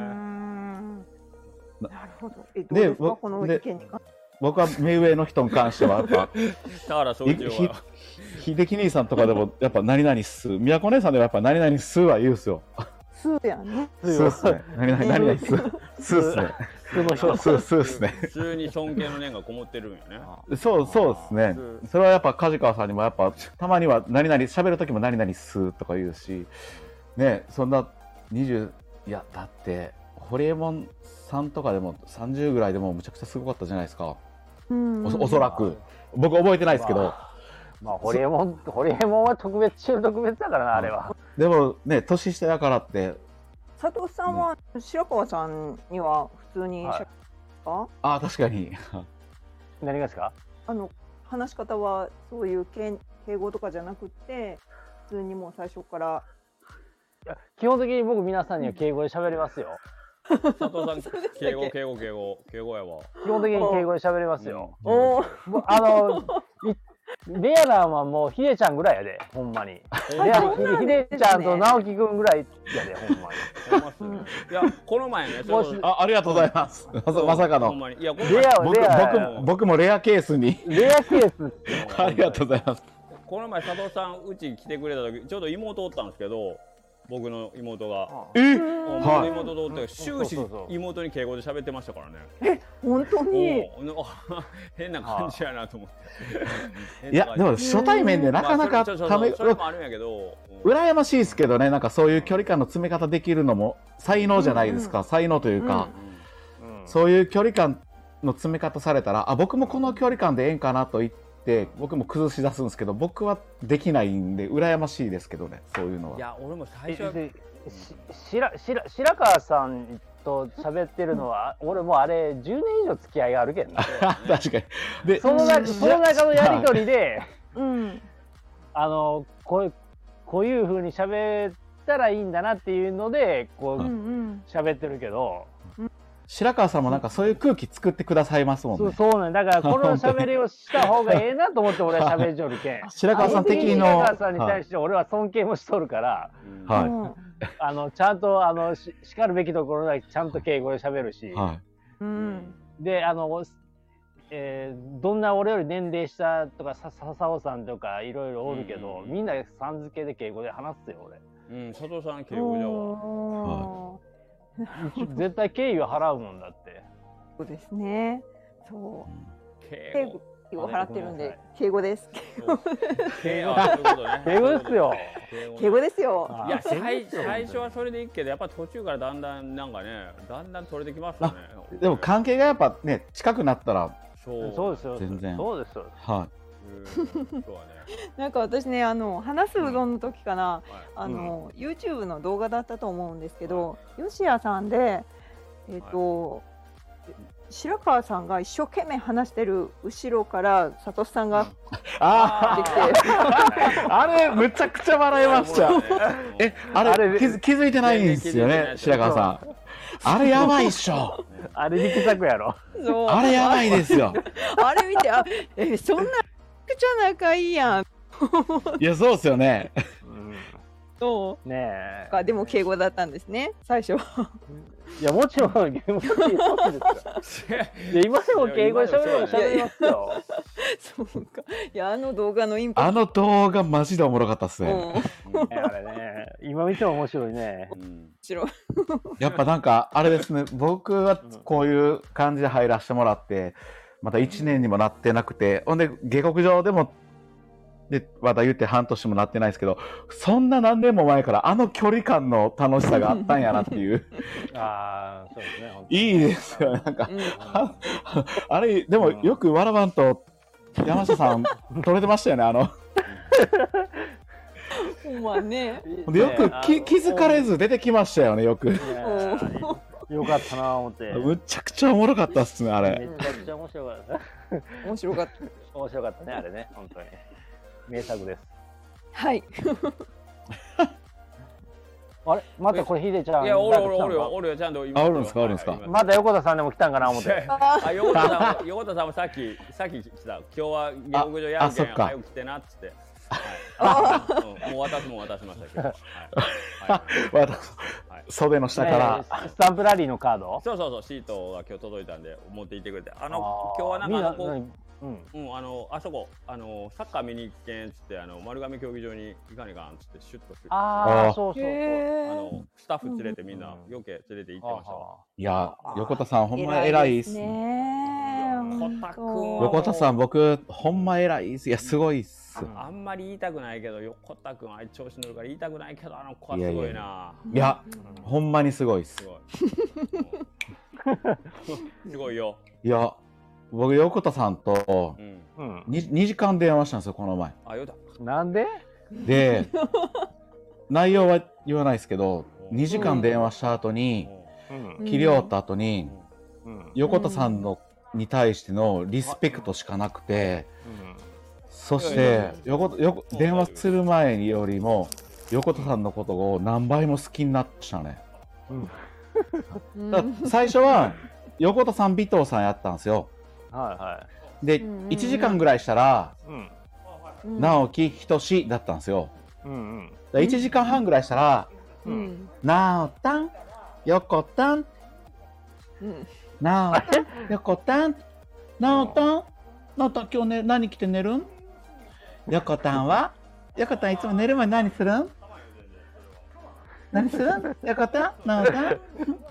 C: なるほど。えどうですかこの意見に関して
D: 僕は目上の人に関してはやっぱ
A: 田原総一郎は
D: 秀樹兄さんとかでもやっぱ何々す宮古姉さんでもやっぱ何々すは言うっすよ。
C: すやね。
D: すっすね。何々何々すすっすね。
B: 普通の人
D: すすっすね。
A: 普通に尊敬の念がこもってるんよ
D: ね。そうそうですね。それはやっぱ梶川さんにもやっぱたまには何々喋る時も何々すとか言うしねそんなにじゅういやだってホリエモンさんとかでもさんじゅうぐらいでもむちゃくちゃすごかったじゃないですか。お, おそらく僕覚えてないですけど、ま
B: あ、まあホリエモンホリエモンは特別中特別だからなあれは。
D: でもね年下やからって
C: 佐藤さんは白川さんには普通に、はい、
D: ああ確かに
B: 何がですか。
C: あの話し方はそういう敬語とかじゃなくて普通にもう最初から。
B: いや基本的に僕皆さんには敬語で喋りますよ。
A: 佐藤さん敬語敬語敬語敬語やわ。
B: 基本的に敬語で喋りますよ。おおあのレアなんはもうヒデちゃんぐらいやでほんまに。レアヒデちゃんと直樹くんぐらいやでほんまに。
A: いやこの前ね。
D: あありがとうございます。まさかの。
A: いや
D: レア僕僕僕もレアケースに。
B: レアケース。
D: ありがとうございます。
A: この前佐藤さんうち来てくれた時ちょうど妹おったんですけど。僕の妹が
D: え
A: 僕の妹とって終始妹に敬語で喋ってましたからね。
C: え本当に
A: 変な感じやなと思って
D: いやでも初対面でなかなか
A: ためそれもあるんやけど
D: 羨ましいですけどねなんかそういう距離感の詰め方できるのも才能じゃないですか才能というかそういう距離感の詰め方されたら、あ、僕もこの距離感でええんかなと言って僕も崩し出すんですけど、僕はできないんで羨ましいですけどね、そういうのは。
A: いや俺も最初
B: し白白白川さんと喋ってるのは、俺もうあれじゅうねん以上付き合いがあるけどね。
D: 確かに。で
B: その中その中のやり取りで、
C: うん、
B: あのこういうこういう風に喋ったらいいんだなっていうのでこう喋ってるけど。
D: 白川さんもなんかそういう空気作ってくださいますもんね。
B: そうそうね。だからこの喋りをした方がええなと思って俺は喋りとるけん。
D: 白川さん的の
B: 白川さんに対して俺は尊敬もしとるから、
D: はい、
B: あのちゃんとあのししかるべきところだけちゃんと敬語で喋るし、
D: はい、
B: であの、えー、どんな俺より年齢下とかさ笹尾さんとかいろいろおるけど、うん、みんなさん付けで敬語で話すよ俺。
A: うん、佐藤さん敬語じゃわ。
B: はい絶対敬意を払うもんだって。
C: そうですね。そう。敬語を払ってるんで敬語です。
A: 敬語敬語
B: ですよ。
C: 敬語ですよ。
A: いや最最初はそれでいいけど、やっぱ途中からだんだんなんかね、だんだん取れてきますよね。
D: でも関係がやっぱね近くなったら、
B: そうそうですよ。
D: 全然
B: そうですよ。
D: はい。
C: なんか私ね、あの話すうどんの時かな、あの YouTube の動画だったと思うんですけど、吉谷さんでえっと白川さんが一生懸命話してる後ろから佐藤さんが
D: あ
C: 出てきて、
D: あれむちゃくちゃ笑いました。え、あれ気づ気づいてないんですよね、白川さん。あれやばいっしょ。
B: あれ力作やろ。
D: あれやばいですよ。
C: あれ見て、あ、え、そんなめちゃ仲いいやん。
D: いや、そうですよね。
C: そう
B: ね
C: え。でも敬語だったんですね、最初は。
B: いや、もちろん、もちろんそうですよ。いや、今でも敬語で喋るの喋りますよ。
C: そうか。いや、あの動画のインパク
D: ト。あの動画マジでおもろかったっすね。
B: あれね、今見ても面白いね。
C: 面白い。
D: やっぱなんかあれですね、僕はこういう感じで入らせてもらって、またいちねんにもなってなくて、ほんで下克上でもでまた言って半年もなってないですけど、そんな何年も前からあの距離感の楽しさがあったんやなっていう
B: ああ、そうですね。
D: いいですよ、なんか、うん、あ, あれでもよくわらばんと山下さん撮れてましたよね、あの
C: ほんまね。
D: でよくき気づかれず出てきましたよね、よく。
B: よかったな思って。
D: むちゃくちゃおもろかったっすね、あれ。
B: めちゃくちゃ面白かった。
C: 面白かった。
B: 面白かったね、あれね、本当に。名作です。
C: はい。
B: あれ、またこれヒデちゃん。
A: いや、おるおるおるよ、おるよ、ちゃんと。
D: あ、おるんですか、おるんですか。
B: また横田さんでも来たんかな思って。
A: あ、横田さん、横田さんもさっき、さっき来た。今日は下克上やるけん、早く来てなっつって。もう私も渡しましたけど。
D: 袖の下から、
B: えー、スタンプラリーのカード。
A: そうそうそう、シートが今日届いたんで持っていってくれて、あの今日はなんかあのこう、うん、うん、あのあそこあのサッカー見に行けんっつってあの丸亀競技場に行かねえかんっつってシュッとして、
B: ああそうそうそう、
A: あのスタッフ連れてみんな余計連れて行ってましたわ。
D: いや横田さんほんま偉いっす
C: ね。
D: 横田さん僕ほんま偉いっす。いやすごいっす。
A: あんまり言いたくないけど横田君あい調子乗るから言いたくないけどあの子はすごいな。
D: いやほんまにすごいっす。
A: すごいすごいよ。
D: いや僕横田さんと 2, にじかん電話したんですよこの前。
A: あよだ。
B: なんで？
D: で内容は言わないですけどにじかん電話した後に切り終わった後に横田さんのに対してのリスペクトしかなくて、そして横横電話する前よりも横田さんのことを何倍も好きになってましたね。だ最初は横田さん尾藤さんやったんですよ。
B: はいはい、
D: でいちじかんぐらいしたら、うん、直樹仁志だったんですよ。うんうん、いちじかんはんぐらいしたら、うん、直たん横たん、うん、直たん横たん直たん直たん今日ね何着て寝るん？横たんは横たんいつも寝る前何するん？何するん？横たん直たん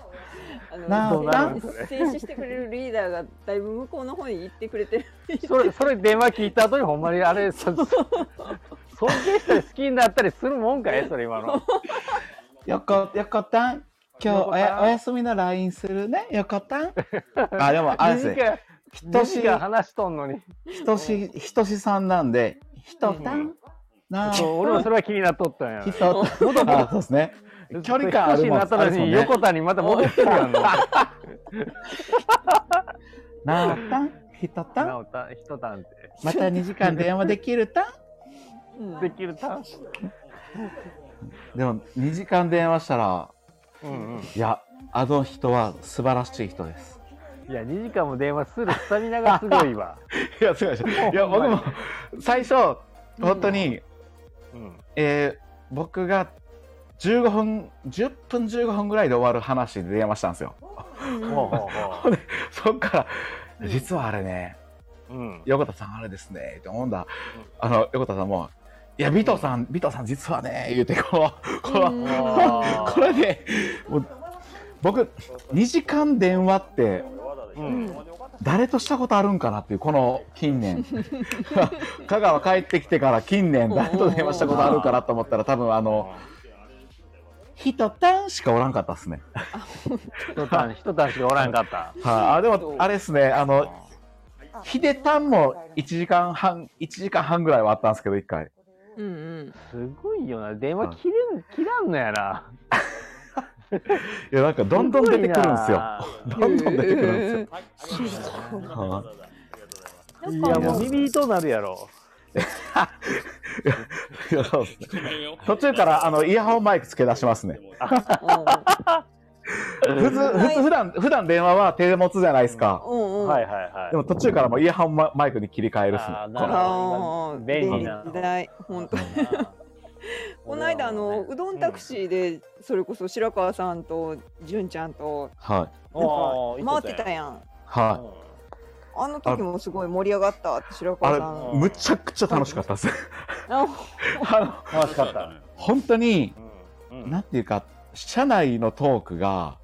C: 静止してくれるリーダーがだいぶ向こうの方に行ってくれてる。
B: それそれ電話聞いた後にほんまにあれ尊敬したり好きになったりするもんかいそれ今の。
D: 横横たん今日おやお休みの ライン するね、横田。あ、でもあれですね。ひとし
B: が話しとんのに。
D: ひとし、ひとしさんなんで、ひとたん。
B: なあ。俺もそれは気になっとったんや。
D: ひと、そうですね。距離感あるもん。
B: なったのに横田にまた戻ってるやん。
D: なおたん、ひとたん。
B: なおたん、ひとたんって。
D: またにじかん電話できるた
B: ん。できるたん。
D: でもにじかん電話したら、
B: うんうん、
D: いや、あの人は素晴らしい人です。
B: いや、にじかんも電話するスタミナがすごいわ。
D: いや、すごい。いや、僕も最初、本当に、うん、えー、僕がじゅうごふん、じゅっぷんじゅうごふんぐらいで終わる話で電話したんですよ。で、そっから、実はあれね、うん、横田さんあれですね、って思うんだ。あの、横田さんも、いや、尾藤さん、尾藤さん実はね、言うて、この、この、これで、もう僕、にじかん電話って、うん、誰としたことあるんかなっていう、この近年。香川帰ってきてから近年、誰と電話したことあるかなと思ったら、多分あの、ひとたんしかおらんかったっすね。
B: ひとたん、ひとたんしかおらんかった。
D: はい、あ、でも、あれですね、あの、ひでたんもいちじかんはん、いちじかんはんぐらいはあったんですけど、いっかい。
C: うんうん、
B: すごいよな、電話切れん、切らんのやな。
D: いや、なんかどんどん出てくるんですよ。どんどん出てくるんですよ。
B: いや、もう耳となるやろ。
D: 途中からあのイヤホンマイク付け出しますね。普通、普通、普段、普段電話は手持つじゃないですか。
B: はいはいはい。
D: でも途中からもうイヤホンマイクに切り替えるっすね。
C: ああ、便利な。本当。この間あのうどんタクシーでそれこそ白川さんと純ちゃんと
D: はい
C: 回ってたやん。
D: はい。
C: あの時もすごい盛り上がったって白川さん。
D: むちゃくちゃ楽しかったです。
B: 楽しかった。
D: 本当になんていうか社内のトークが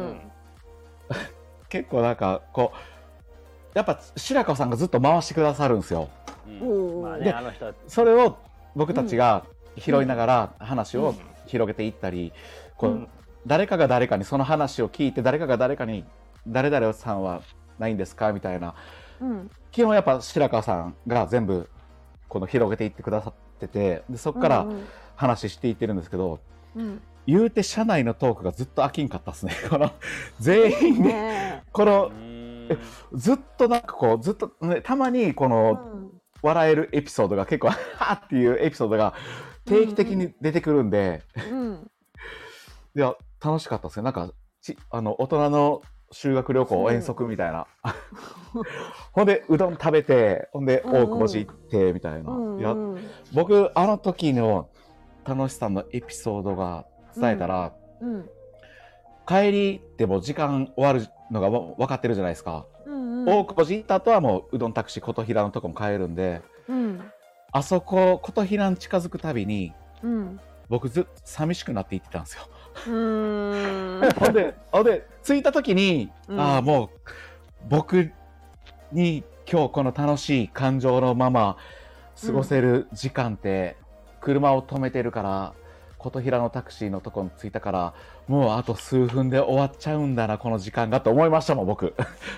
D: 結構なんかこうやっぱ白川さんがずっと回してくださるんですよ。でそれを僕たちが拾いながら話を広げていったり、こう誰かが誰かにその話を聞いて誰かが誰かに誰々さんはないんですかみたいな、基本やっぱ白川さんが全部この広げていってくださってて、でそこから話していってるんですけど、言うて社内のトークがずっと飽きんかったですね。この全員でこのずっとなんかこうずっと、ね、たまにこの笑えるエピソードが結構はーっていうエピソードが定期的に出てくるんで、うんうん、いや楽しかったですね。なんかちあの大人の修学旅行遠足みたいな、うん、ほんでうどん食べてほんで大久保寺行ってみたいな、うんうん、いや僕あの時の楽しさのエピソードが伝えたら、うんうん、帰りでも時間終わるのが分かってるじゃないですか、うんうん、大久保寺行った後はもううどんタクシー琴平のとこも帰るんで、うん、あそこ琴平に近づくたびに、うん、僕ずっと寂しくなっていってたんですよ。うーんほんでほんで着いた時に、うん、ああもう僕に今日この楽しい感情のまま過ごせる時間って、うん、車を止めてるから琴平のタクシーのとこに着いたからもうあと数分で終わっちゃうんだなこの時間がと思いましたもん僕。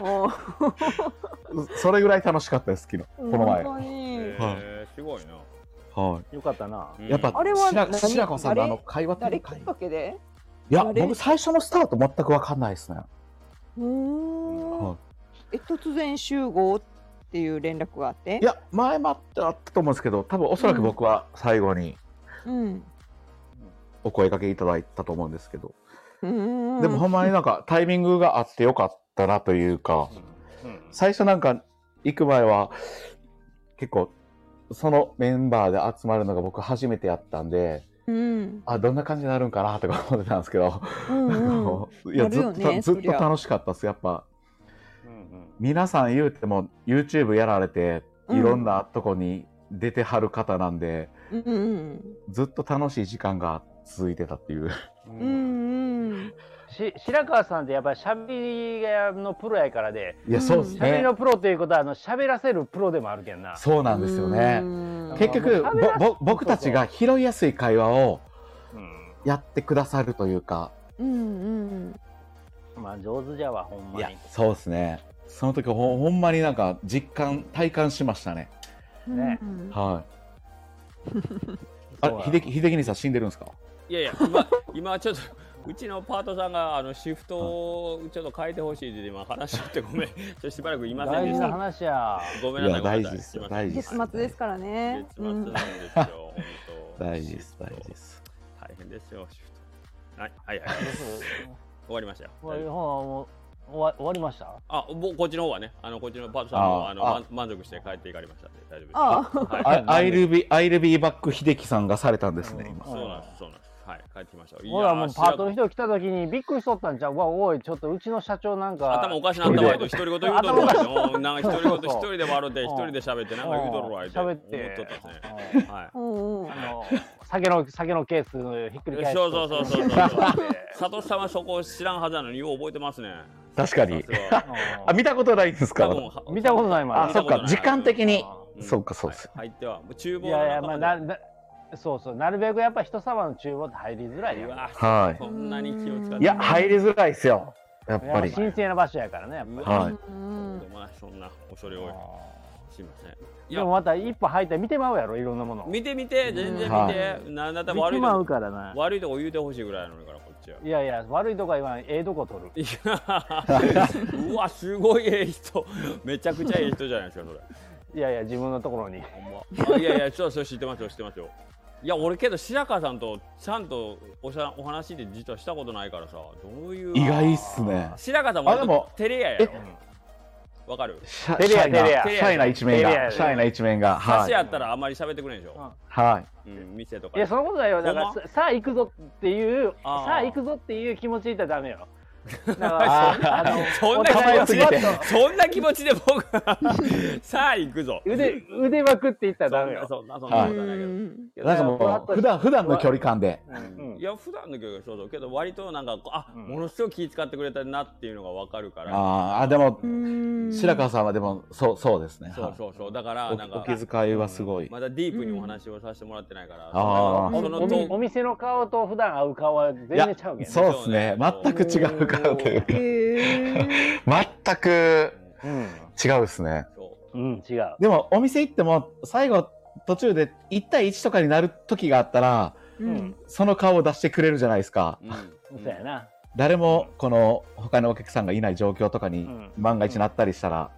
D: それぐらい楽しかったです昨日この前。
A: へーすごいな。
D: はい、
B: よかったな。
D: やっぱ
C: あれは
D: 白川さんのあの会話って
C: 誰きっかけで？
D: いや僕最初のスタート全く分かんないですね。
C: うーん、はい、え突然集合っていう連絡があって？
D: いや前もあったと思うんですけど多分おそらく僕は最後にお声掛けいただいたと思うんですけど、うん、でもほんまになんかタイミングがあってよかったなというか、うん、最初なんか行く前は結構そのメンバーで集まるのが僕初めてやったんで、うん、あどんな感じになるんかなとか思ってたんですけど、うんうん、いやずっと、ね、ずっと楽しかったですやっぱ、うんうん、皆さん言うても YouTube やられていろんなとこに出てはる方なんで、うんうん、ずっと楽しい時間が続いてたっていう、うん
B: うん、し白川さんってやっぱりしゃべりのプロやからで、
D: いやそうですね。
B: しゃべりのプロということはあのしゃべらせるプロでもあるけんな。
D: そうなんですよね。結局ぼぼ僕たちが拾いやすい会話をやってくださるというか、
C: うんうん
B: まあ上手じゃわほんまに。
D: いやそうですね。その時ほほんまになんか実感体感しましたね。
B: ね。
D: はいあれ秀樹秀樹兄さん死んでるんですか？
A: いやいや今今ちょっとうちのパートさんがあのシフトをちょっと変えてほしいって今話してごめんちょっとしばらくいませんで
B: 大事な
A: した。
B: 話や。
A: ごめんなさい。
D: 大事ですよ大事で
C: 月
D: す。
C: 末ですからね。
A: 月末なんですよ、本当。
D: 大事です大事です。
A: 大変ですよシフト。はいはいはい。終わりましたよ。
B: ほらもう終わ終わりました。
A: あ、もうこっちの方はね、あのこっちのパートさんもあの
D: あ
A: 満足して帰っていかれましたんで大丈夫です。
C: あ
A: はい。
D: アイルビアイルビーバック秀樹さんがされたんですね今。
A: そうなんですそうなんです。はい帰ってきました。
B: ほらもうパートの人来た時にびっくりしとったんちゃう。わおいちょっとうちの社長なんか
A: 頭おかしなったわいと独り言言うとるわいとなんか独り言一人で笑って一人で喋ってなんか言うとるわいと思っとったですね。はい。
B: あの酒の酒のケースひっくり返して。
A: そうそうそうそうそう。佐藤さんはそこ知らんはずなのによう覚えてますね。
D: 確かに。あ見たことないんですか？
B: 見たことないまだ。
D: あそっか時間的に。そうかそうです。
A: 入っては厨房
B: いやいやまあななそうそうなるべくやっぱ人様の厨房って入りづらいよ。
D: はい。
A: そんなに気を使って。
D: いや入りづらいですよ。やっぱり。
B: 神聖な場所やからねやっぱり。
D: はい。
A: まあそんな恐れ多い。すいません。
B: でもまた一歩入ったら見てまうやろいろんなもの。
A: 見て見て全然見て。なんだったら悪いとこ
B: からな。
A: 悪いとこ言うてほしいぐらいなのからこっちは。
B: いやいや悪いとこは言わんええとこ取る。
A: いやうわすごいええ人めちゃくちゃええ人じゃないですかそれ。
B: いやいや自分のところに。
A: いやいやそうそう知ってますよ知ってますよ。いや俺けど白川さんとちゃんとおしゃお話で実はしたことないからさどういう。
D: 意外っすね。
A: 白川さんもでもテレアやろ。わかる？
B: テレアテレア
D: シャイな一面がシャイな一面が。
A: 差しやったらあんまり喋ってくれんでしょ。
D: はい。
A: うん店とか。
B: いやそのことだよだからさあ行くぞっていうさあ行くぞっていう気持ちでいったらダメよ。だから
A: そんな気持ちでそんな気持ちで僕さあ行くぞ
B: 腕腕まくっていったらダメよ。
A: そんなそんなことないけど
D: なんかもう普段普段の距離感で
A: いや普段の距離そうそうけど割となんかあものすごい気遣ってくれたなっていうのが分かるから。
D: ああでも白川さんはでもそうそうですね。
A: そうそうそうだからなんか
D: お気遣いはすごい。
A: まだディープにお話をさせてもらってないから。
D: ああ
B: そのお店の顔と普段会う顔は全然ちゃうけど。
D: そうですね全く違う顔というか全く違うですね。
B: うん違う。
D: でもお店行っても最後途中でいち対いちとかになる時があったらその顔を出してくれるじゃないですか。
B: そうやな。
D: 誰もこの他のお客さんがいない状況とかに万が一なったりしたら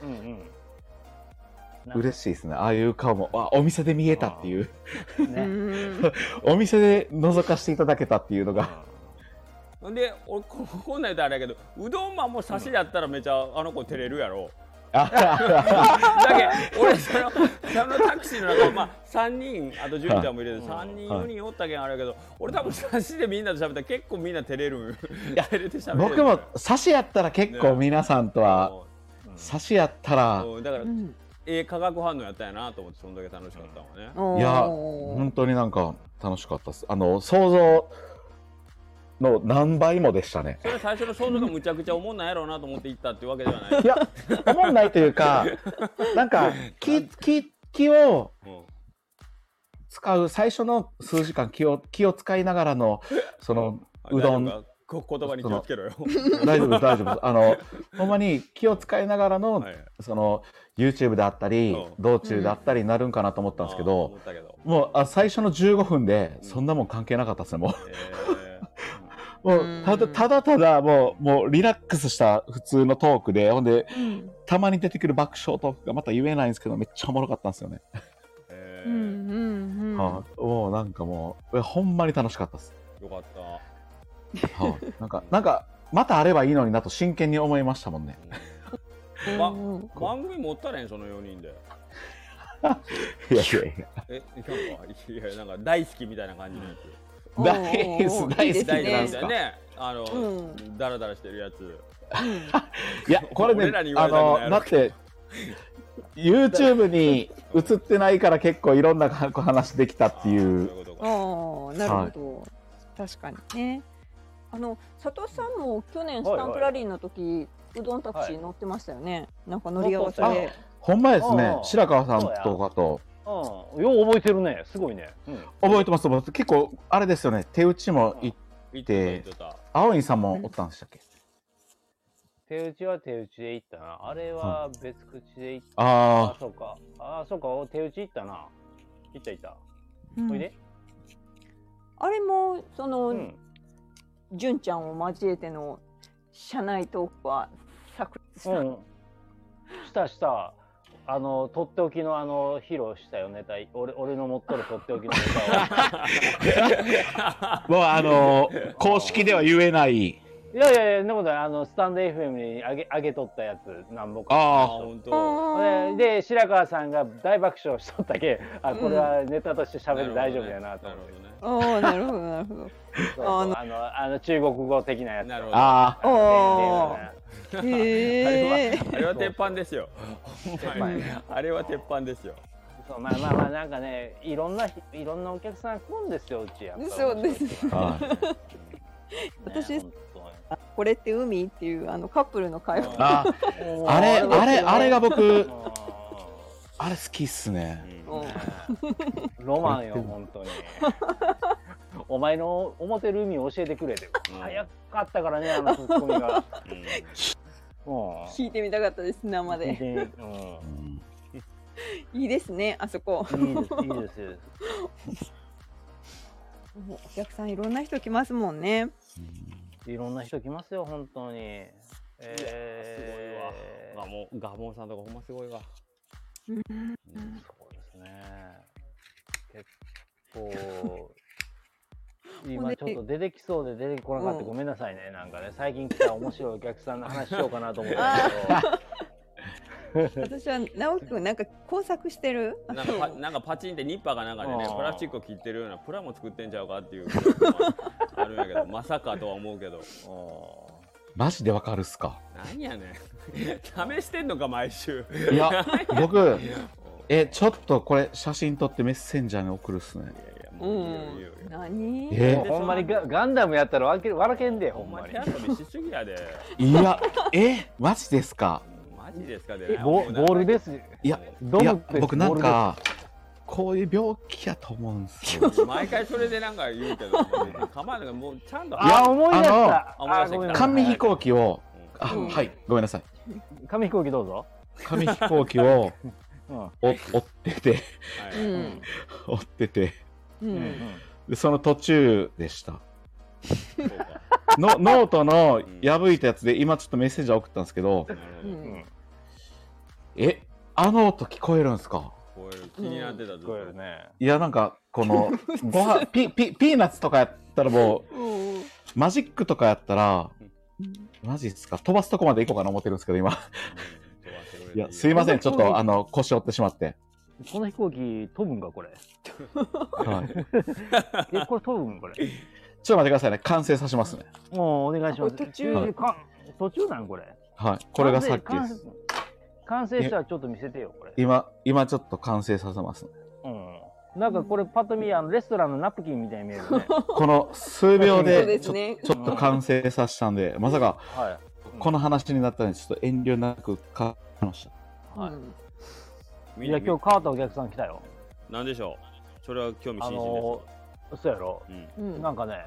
D: 嬉しいですね。ああいう顔もあお店で見えたっていうお店で覗かせていただけたっていうのが。
A: で俺ここんなん言うとあれやけどうどんマンも差しやったらめちゃあの子照れるやろ。だけ俺そのそのタクシーの中まあさんにんあとジュニちゃんも入れてさんにんよにんおったけんあれやけど俺多分差しでみんなと喋ったら結構みんな照れる。照れて喋る。
D: 僕も差しやったら結構皆さんとは差しやったら
A: だからええ化学反応やったんやなと思ってそんだけ楽しかったもんね。
D: いや本当になんか楽しかったです。あの想像の何倍もでしたね。
A: それ最初の想像がむちゃくちゃおもんないやろうなと思って行ったっていうわけではない。
D: いやおもんないというかなんか気気気を使う最初の数時間気を気を使いながらのそのうどん
A: 言葉に気をつけろよ。
D: 大丈夫大丈夫あのほんまに気を使いながらのその YouTube であったり道中であったりになるんかなと思ったんですけどもうあ最初のじゅうごふんでそんなもん関係なかったですねもう。もうただただただもうもうリラックスした普通のトークでほんで、うん、たまに出てくる爆笑トークがまた言えないんですけどめっちゃおもろかったんですよね。
A: へーうんうん
D: うんはあ、もうなんかもうほんまに楽しかったです。
A: よかった。
D: はあ、なんかなんかまたあればいいのになと真剣に思いましたもんね。
A: ま、番組持ったらへんそのよにんで。
D: いやいやいや。
A: えなんかいやなんか大好きみたいな感じのやつ。
D: 大好き大好きなんですか
A: ね。あの、うん、ダラダラしてるやつ。
D: いやこれねあのだって YouTube に映ってないから結構いろんな話できたっていう。
C: ああなるほど、はい、確かにね。あの佐藤さんも去年スタンプラリーの時、はいはい、うどんタクシー乗ってましたよね、はい、なんか乗り合わせで。
D: ほんまですね。白川さんとかと。
B: うん、よう覚えてるね。すごいね。
D: うん、覚えてます。結構あれですよね。手打ちも行って、あ青いさんもおったんでしたっけ？
B: 手打ちは手打ちで行ったな。あれは別口で行った。
D: あ
B: あ、そうか。あ、そうか。手打ち行ったな。行った行った。
C: うん
B: ほいで？
C: あれもその、
B: うん。
C: 純ちゃんを交えての社内トークは炸裂した。
B: うん。したした。あの、とっておきのあの、披露したよ、ネタ。俺、俺の持っとるとっておきのネタを。
D: もうあのー、公式では言えない。
B: いやいやいや、そんなことない。あの、スタンド エフエム に上げ、上げとったやつ、何本か。
D: ああ、
A: 本当。
B: で、で白川さんが大爆笑しとったけ、あ、これはネタとして喋って大丈夫やなと思って。
C: ああ、なるほど、なるほど。
B: そうそうあの、あの中国語的なやつ。
A: なるほど。
D: ああ、
C: ああ。
A: あ
C: へ
A: れ
C: え。
A: は、あれは鉄板ですよ。あれは鉄板ですよ。
B: そうまあまあまあなんかね、いろんないろんなお客さん来るんですよ、うちやっぱり。
C: そうです。私、これって海っていうあのカップルの会話。
D: ああれあれあれが僕あれ好きっすね。
B: ロマンよ本当に。お前の思ってる海を教えてくれて、早かったからねあのツッコミが。
C: 聞いてみたかったです生で。いいですねあそこ。
B: いいですいいです。
C: お客さんいろんな人来ますもんね。
B: いろんな人来ますよ本当に。
A: えー、すごいわ。ガモガモさんとかほんますごいわ。
B: うん、そうですね。結構今ちょっと出てきそうで出てこなかったごめんなさいねなんかね最近来た面白いお客さんの話しようかなと思ったけど。
C: 私は直樹くんなんか工作してる？
A: なんかパなんかパチンってニッパーがなんかでねプラスチックを切ってるようなプラも作ってんちゃうかっていうあるんやけどまさかとは思うけど。
D: マジでわかるっすか？
A: なんやねん試してんのか毎週。
D: いや僕えちょっとこれ写真撮ってメッセンジャーに送るっすね。いやいや
C: もういいよいいよ。何？
B: えほんまにガガンダムやったらわけ笑けんで
A: ほんまに。手遊びしすぎやで。
D: いやえマジですか？
A: マジですかで。
B: ボールです。
D: いやいや僕なんかこういう病気やと思うんですよ。
A: 毎回それでなんか言うけど、構わないもうちゃんと。
B: いや思い出した。
D: 紙飛行機をあはいごめんなさい。
B: 紙飛行機どうぞ。
D: 紙飛行機を追ってて追っててでその途中でした。のノートの破いたやつで今ちょっとメッセージ送ったんですけど、えあの音聞こえるんですか？
A: 気になってた。聞
B: こえるね。
D: いやなんかこのご飯ピピピーナッツとかやったらもうマジックとかやったらマジっすか飛ばすとこまで行こうかな思ってるんですけど今いやすいませんちょっとあの腰折ってしまって。
B: この飛行機飛ぶんかこれ。
D: はい。
B: えこれ飛ぶんこれ。
D: ちょっと待ってくださいね完成させますね。
B: もうお願いします。
C: 途中
B: 途中なんこれ。
D: はいこれがさっきです。
B: 完成したらちょっと見せてよこれ。
D: 今今ちょっと完成させますね。
B: うん。なんかこれパッと見あのレストランのナプキンみたいに見えるね。
D: この数秒でちょ、ね、ちょっと完成させたんで、まさか、はい、この話になったのでちょっと遠慮なくかました。はい。
B: うん、いや今日変わったお客さん来たよ。
A: なんでしょう。それは興味津々です。あの
B: ー、そうやろ。うん。なんかね。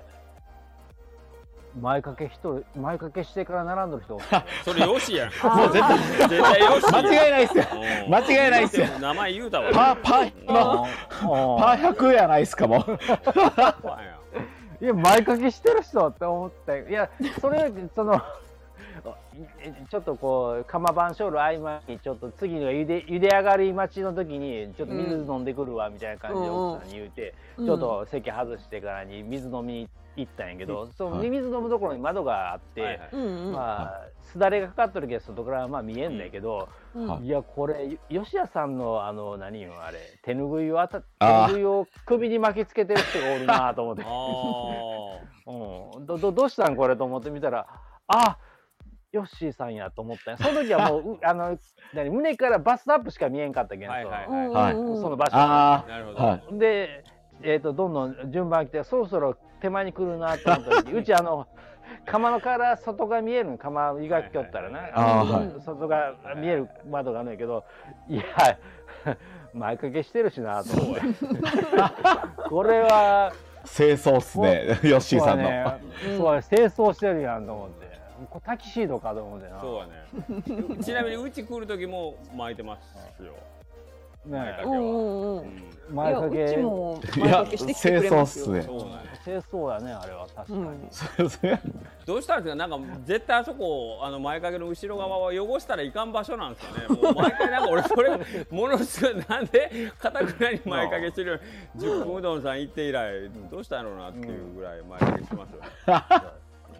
B: 前掛け人前掛けしてから並んどる人
A: それよしやん。
D: もう絶対絶対よし間違いないっすよ。間違いないっすよ。
A: 名前言うたわ。
D: パパのパひゃくやないっすかも。
B: いや前掛けしてる人って思ったよ。いやそれそのちょっとこう釜板ショール合間にちょっと次の茹で茹で上がり待ちの時にちょっと水飲んでくるわみたいな感じで奥さんに言うて、ちょっと席外してからに水飲みに行ったんやけど、その水飲むところに窓があって、まあすだれがかかっとるけど外からまあ見えんだけど、いやこれ吉谷さんのあの何よあれ手ぬぐいをあた手ぬぐいを首に巻きつけてる人がおるなと思って、うん、どどどうしたんこれと思って見たらあヨッシーさんやと思ったんや。その時はもうあの何胸からバストアップしか見えんかったけん、その場所。
A: なるほど。
B: で、えっとどんどん順番来てそろそろ手前に来るなと思った時、うちあの釜のから外が見える釜磨きよったらな、外が見える窓があるんやけど、いや前掛けしてるしなと思って。これは
D: 清掃っすね、ヨッシーさんの。
B: そうね、清掃してるやんと思って。これタキシードかと思ってな。
A: そうやね。ちなみにうち来る時も巻いてますよ。前掛けは。
B: 前掛け。
C: うちも前掛けしてきてくれますよ。
D: 清掃っすね。
B: 清掃やね、あれは確かに。
A: どうしたんですか、なんか絶対あそこあの前掛けの後ろ側は汚したらいかん場所なんですよね。もう毎回なんか俺それものすごいなんで固くなに前掛けしてるじゅっぷんうどんさん行って以来どうしたんやろうなっていうぐらい前掛けしてますよ。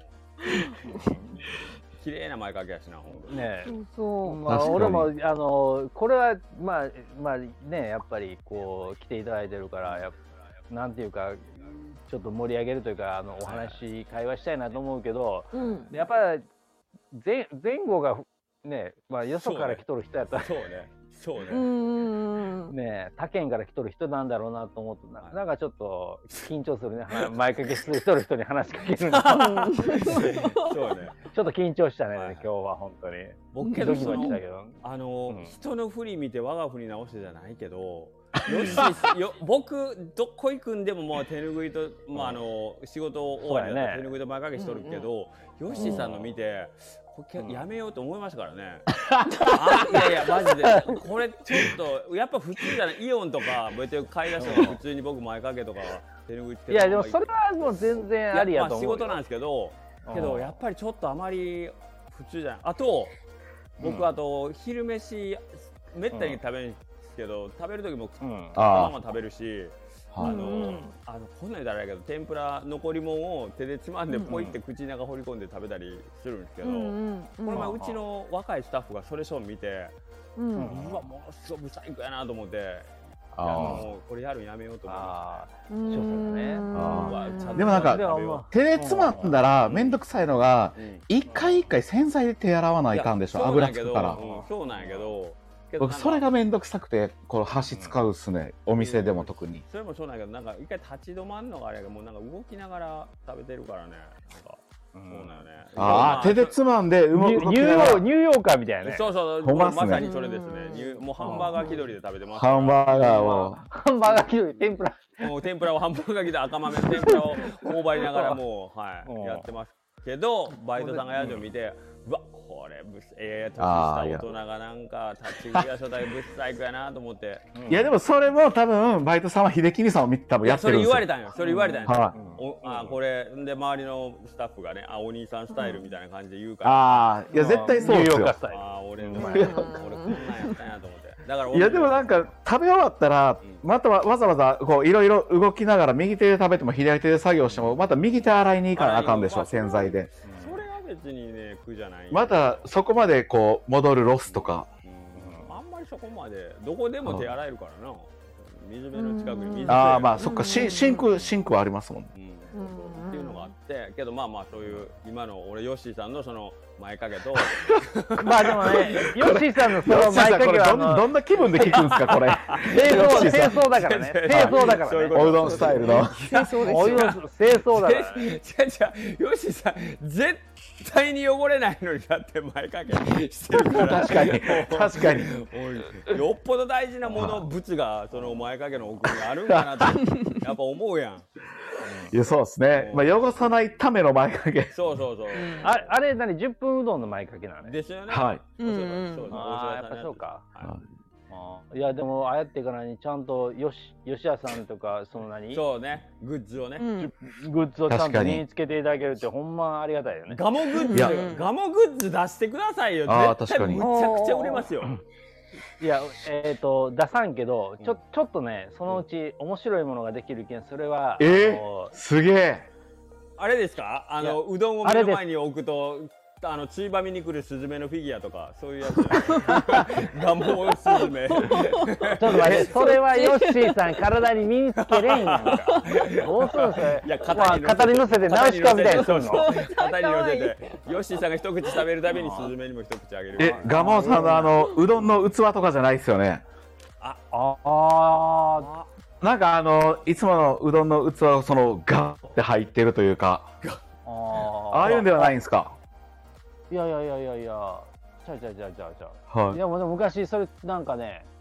A: 綺麗な前掛けやしな、ほんと
B: ね。
C: そう、
B: まあ俺もあのこれはまあまあね、やっぱりこう来ていただいてるからやなんていうかちょっと盛り上げるというか、あのお話会話したいなと思うけど、やっぱり前前後がね、まあよそから来とる人やったら
A: そうね。そうね。
B: ね、他県から来とる人なんだろうなと思って、なんかちょっと緊張するね。前掛けしとる人に話しかけるの。
A: そうね。
B: ちょっと緊張したね、今日は本当に。
A: 僕けどあの人の振り見て我が振り直してじゃないけど、よしよ僕どこ行くんでももう手拭いとまああの仕事終わりだと手拭いと前掛けしとるけど、ヨッシーさんの見て。やめようと思いましたからね。いやいやマジでこれちょっとやっぱ普通じゃない。イオンとかこうやって買い出したら普通に僕前掛けとか手拭いつけて。
B: いやでもそれはもう全然ありやと思う。
A: 仕事なんですけど、けどやっぱりちょっとあまり普通じゃない。あと僕あと昼飯めったに食べるんですけど、食べる時もまま食べるし。あのあのこんなん言ったらあれやけど天ぷら残り物を手でつまんでポイって口の中放り込んで食べたりするんですけど、この前うちの若いスタッフがそれショー見て、うわものすごいブサイクやなと思って、いやもうこれやるんやめようと思いま
D: したね。でもなんか手でつまんだら面倒くさいのが一回一回洗剤で手洗わないかんでしょ、油つくから。
A: そうなんやけど。
D: 僕それが面倒くさくてこの箸使うっすね、お店でも特に。
A: それもそうなんやけど、なんか一回立ち止まんのがあれやけど、もうなんか動きながら食べてるからね。なんかそうなんよね。
D: ああ手でつまんで
B: ニューヨーカーみたいなね。
A: そうそうまさにそれですね。もうハンバーガー気取りで食べてます。
D: ハンバーガーを
B: ハンバーガー気取り天ぷら
A: もう天ぷらをハンバーガー気取り赤豆の天ぷらを頬張りながらもうはいやってますけど、バイトさんがやるのを見て、うわこれぶっええ年した大人がなんか立ち食いやしょだいぶっさいくやなと思って。
D: いやでもそれも多分バイトさんは秀樹さんを見て多分やってるんですよ。
A: それ言われたんよ。それ言われたんよ。あこれで周りのスタッフがね、あお兄さんスタイルみたいな感じで言うから。
D: ああいや絶対そうですよ。
A: あ俺の前俺こんなんやったんやと思って。だから
D: いやでもなんか食べ終わったらまたわざわざこういろいろ動きながら右手で食べても左手で作業してもまた右手洗いに行かなあかんでしょ、洗剤で。
A: それは別にね苦じゃない。
D: またそこまでこう戻るロスとか。
A: あんまりそこまでどこでも手洗えるからな。水辺の近くに水。
D: ああまあそっかシンクシンクはありますもんね。
A: っていうのがあってけどまあまあそういう今の俺ヨッシーさんのその前掛けと
B: まあでもねヨッシーさんのその前掛けは
D: どんな気分で聞くんですかこれ。
B: 清掃清掃だからね。清掃だからね。
D: おうどんスタイルの
C: 清掃です
B: よ。清掃だから。
A: 違う違うヨッシーさん絶対に汚れないのにだって前掛けしてるから。
D: 確かに確かに。
A: よっぽど大事なもの物がその前掛けの奥にあるんかなってやっぱ思うやん。
D: いやそうですね。まあ汚さないための前掛け。
A: そうそうそう。
B: ああれ何じゅっぷんうどんの前掛けなのね。
A: ですよね。
D: はい。
B: ああやっぱそうか。いやでもああやってからにちゃんとよし吉谷さんとかその何
A: そうねグッズをね
B: グッズをちゃんと身につけていただけるってほんまありがたいよね。
A: ガモグッズガモグッズ出してくださいよ。絶対むちゃくちゃ売れますよ。
B: いやえっと出さんけどちょちょっとねそのうち面白いものができるけんそれは
D: えすげえ
A: あれですかあのうどんを目の前に置くとあのついばみに来るスズメのフィギュアとかそういうやつガモスズメちょっ
B: と待ってそれはヨッシーさん体に身につけれんやんかどうするんすか。いや肩に乗せてナウシカみたいにするの。
A: 肩に乗せてヨッシーさんが一口食べるたびにスズメにも一口あげる。
D: えガモさんのあのうどんの器とかじゃないですよね。
A: あ
B: あ
D: なんかあのいつものうどんの器をそのガッって入ってるというかああいうんではないんですか。
B: いやいやいやいやいや、ちゃうちゃうちゃうちゃうちゃう。はい。いやもうでも昔それなんかね、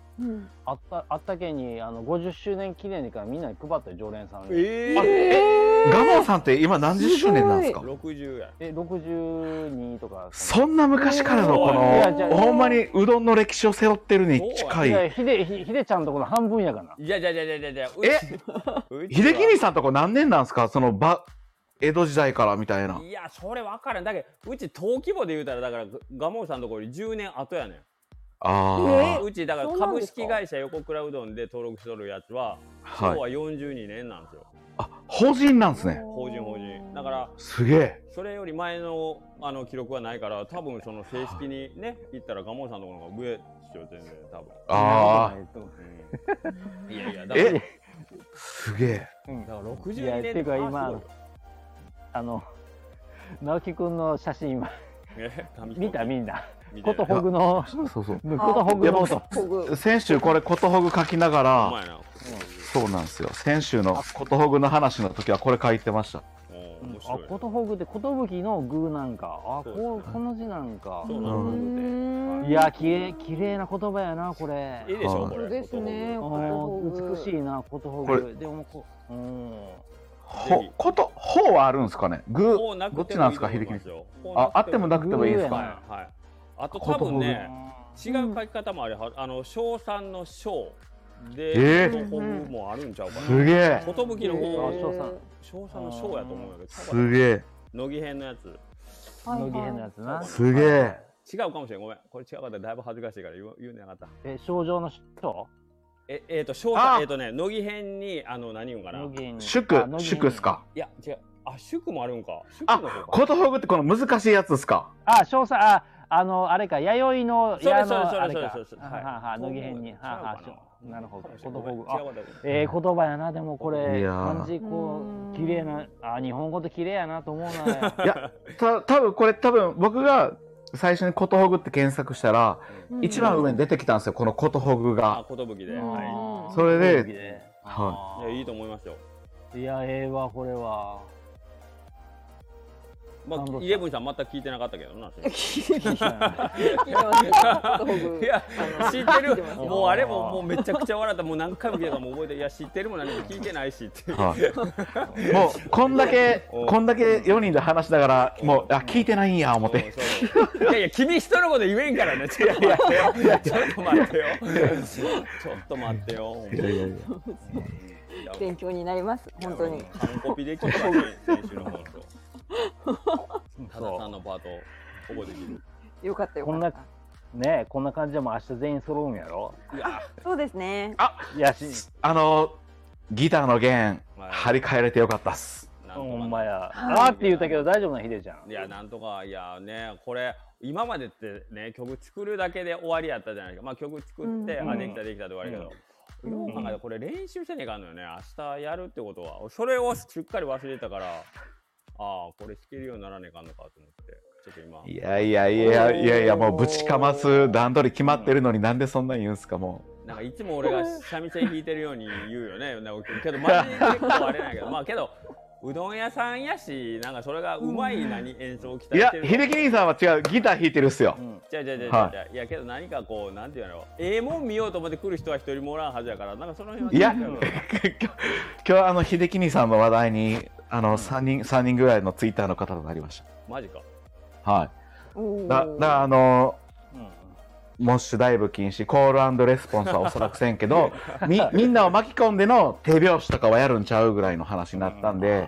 B: あったあったけにあのごじゅっしゅうねん記念にからみんなに配ったよ常連さんに。
A: え
D: えガモさんって今何十周年なんですか？
A: ろくじゅうや。
B: えろくじゅうにとか。
D: そんな昔からのこのほんまにうどんの歴史を背負ってるに近い。
B: いやひでひでちゃんとこの半分やかな。
A: いやいやいやいやいやいや。
D: え秀樹兄さんとこ何年なんですか？そのば江戸時代からみたいな。
A: いやそれ分からん。だけどうち登記簿で言うたらだからガモさんのところよりじゅうねん後やねん。
D: あ
A: あうちだから株式会社横倉うどんで登録しとるやつは昭和よんじゅうにねんなんですよ。
D: あ法人なんですね。
A: 法人法人だから
D: すげえ。
A: それより前のあの記録はないから多分その正式にね言ったらガモさんのところが上ですよ全然多分。
D: ああ。
A: いやいやだから
D: えすげえ。
A: だからろくじゅうにねん
B: っていうか今あの直樹くんの写真今見たみんな。ことほぐの
D: そうそう。
B: ことほぐの音。
D: 先週これことほぐ書きながら、そうなんですよ。先週のことほぐの話の時はこれ書いてました。
B: あ、ことほぐってことぶきの具なんか、あ、こうこの字なんか。いや、きれい綺麗な言葉やなこれ。
A: いいでしょこれ。
C: ですね。
B: 美しいなことほぐ。でもこう。
D: ほことほはあるんですかね。具どっちなんですか秀樹。ああってもなくてもいいですか。
A: はい。あと多分ね違う書き方もあるはあの小三の小でことほぐもあるんちゃうかな。
D: すげえ。
A: ことぶきの方は小三小三の小やと思うんだけど。
D: すげえ。
A: 乃木編のやつ。
B: 乃木編のやつな。
D: すげえ。
A: 違うかもしれんごめんこれ違うかっただいぶ恥ずかしいから言う言うねなかった。
B: え症状の小？
A: ええっと小三えっとね乃木編にあの何言うんかな。
D: 祝祝っすか。
A: いや違うあ祝もあるんか。
D: あことほぐってこの難しいやつですか。
B: あ小三ああのあれか弥生の
A: 矢のあれか。
B: はは乃木編にははなるほどことほぐ。あええ言葉やなでもこれ漢字こう綺麗なあ日本語って綺麗やなと思うな。
D: いやた多分これ多分僕が最初にことほぐって検索したら一番上に出てきたんですよこのことほぐが。
A: あことぶきで。はい。
D: それで
A: はい。いやいいと思いますよ。
B: いやええわこれは。
A: まあ、イレブンさん全く聞いてなかったけどな。
C: 聞いてます。
A: いや、知ってる。もうあれももうめちゃくちゃ笑った。もう何回も聞いたからもう覚えて、いや知ってるも何も聞いてないしって。も
D: うこんだけこんだけよにんで話しながらもうあ聞いてないんや思って。
A: いやいや君人のこと言えんからね。いやいやちょっと待ってよ。ちょっと待ってよ。いやいやいや。
C: 勉強になります本当に。
A: 完コピできるわね選手の放送。たださんのパートほぼできる。
C: よかったよかった。
B: ねこんな感じでも明日全員揃うんやろ。
C: そうですね。
D: あいやあのギターの弦張り替えれてよかったっす。
B: ほんまや。あーって言ったけど大丈夫なヒデちゃん。
A: いやなんとかいやねこれ今までってね曲作るだけで終わりやったじゃないか。まあ曲作ってあできたできたで終わりけど。よう考えたらこれ練習せねえかんのよね。明日やるってことはそれをしっかり忘れたから。ああこれ弾けるようにならねえかんのかと思ってちょっと今
D: いやいやいやいやいやもうぶちかます段取り決まってるのになんでそんな言うんすかも
A: うなんかいつも俺が三味線弾いてるように言うよねけどマジで結構あれないけどまあけどうどん屋さんやしなんかそれがうまい何演奏を期待してる。
D: いや秀樹兄さんは違うギター弾いてるっすよ。
A: じゃじゃじゃじゃいやけど何かこうなんていうのええもん見ようと思って来る人は一人もおらんはずやからなんかその辺はい
D: や今日あの秀樹兄さんの話題にあのさんにんさんにんぐらいのツイッターの方となりました。
A: マジか。
D: はい。だだあのモッシュダイブ禁止コール&レスポンスはおそらくせんけどみみんなを巻き込んでの手拍子とかはやるんちゃうぐらいの話になったんで。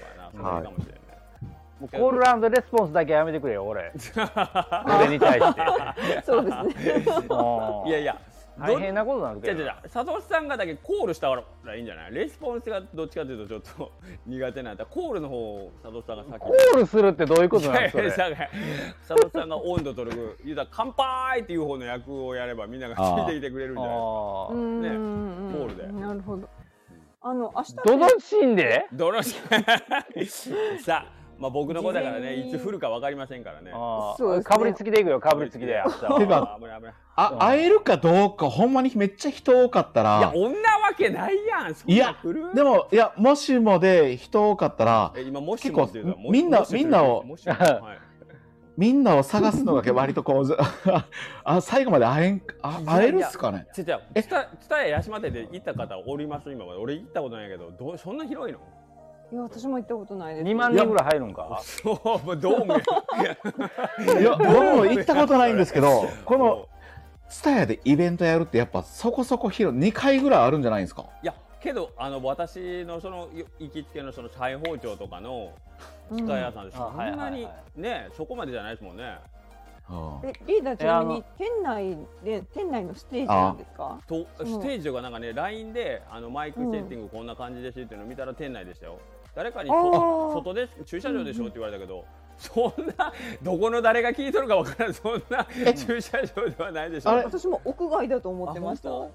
B: コール&レスポンスだけやめてくれよ俺。俺に対して。
C: そうですね。
A: いやいや。
B: 大変なことなんですけど。
A: 佐藤さんがだけコールしたらいいんじゃない？レスポンスがどっちかというとちょっと苦手なんだ。コールの方佐藤さんが先。
B: コールするってどういうことなんですか？
A: 佐藤さんが温度取る言うたら乾杯っていう方の役をやればみんながついてきてくれるんじゃないですか。ね、コールで。
C: なるほど。あの明日
B: どのシーンで？
A: どのシーン？さあ。まあ僕の子だからねいつ降るか分かりませんからね。
B: かぶりつきでいくよかぶりつきで。
D: あ会えるかどうかほんまにめっちゃ人多かったら。
A: いや女わけないやん。
D: いやでもいやもしもで人多かったら
A: 今もしも
D: 結構みんなみんなをみんなを探すのが割とこうあ最後まで会えんあ会えるっすかね。
A: ちゃえつたや八島店で行った方おります今まで。俺行ったことないけど、どうそんな広いの？
C: いや私も行ったことないです。
B: にまんにんぐらい入るんか？
A: そうもうドームや。
D: いや僕も行ったことないんですけど、このツタヤでイベントやるってやっぱそこそこ広いにかいぐらいあるんじゃないですか？
A: いやけどあの私のその行きつけのその裁縫町とかのツタヤさんでそんなにねそこまでじゃないですもんね。
C: えリーダーちなみに店内で店内のステージなんですか？
A: とステージがなんかね ライン であのマイクセッティングこんな感じですっていうのを見たら店内でしたよ。誰かに外で駐車場でしょって言われたけど。そんなどこの誰が聞いとるかわからんそんな駐車場ではないでしょ。
C: 私も屋外だと思ってました。はい。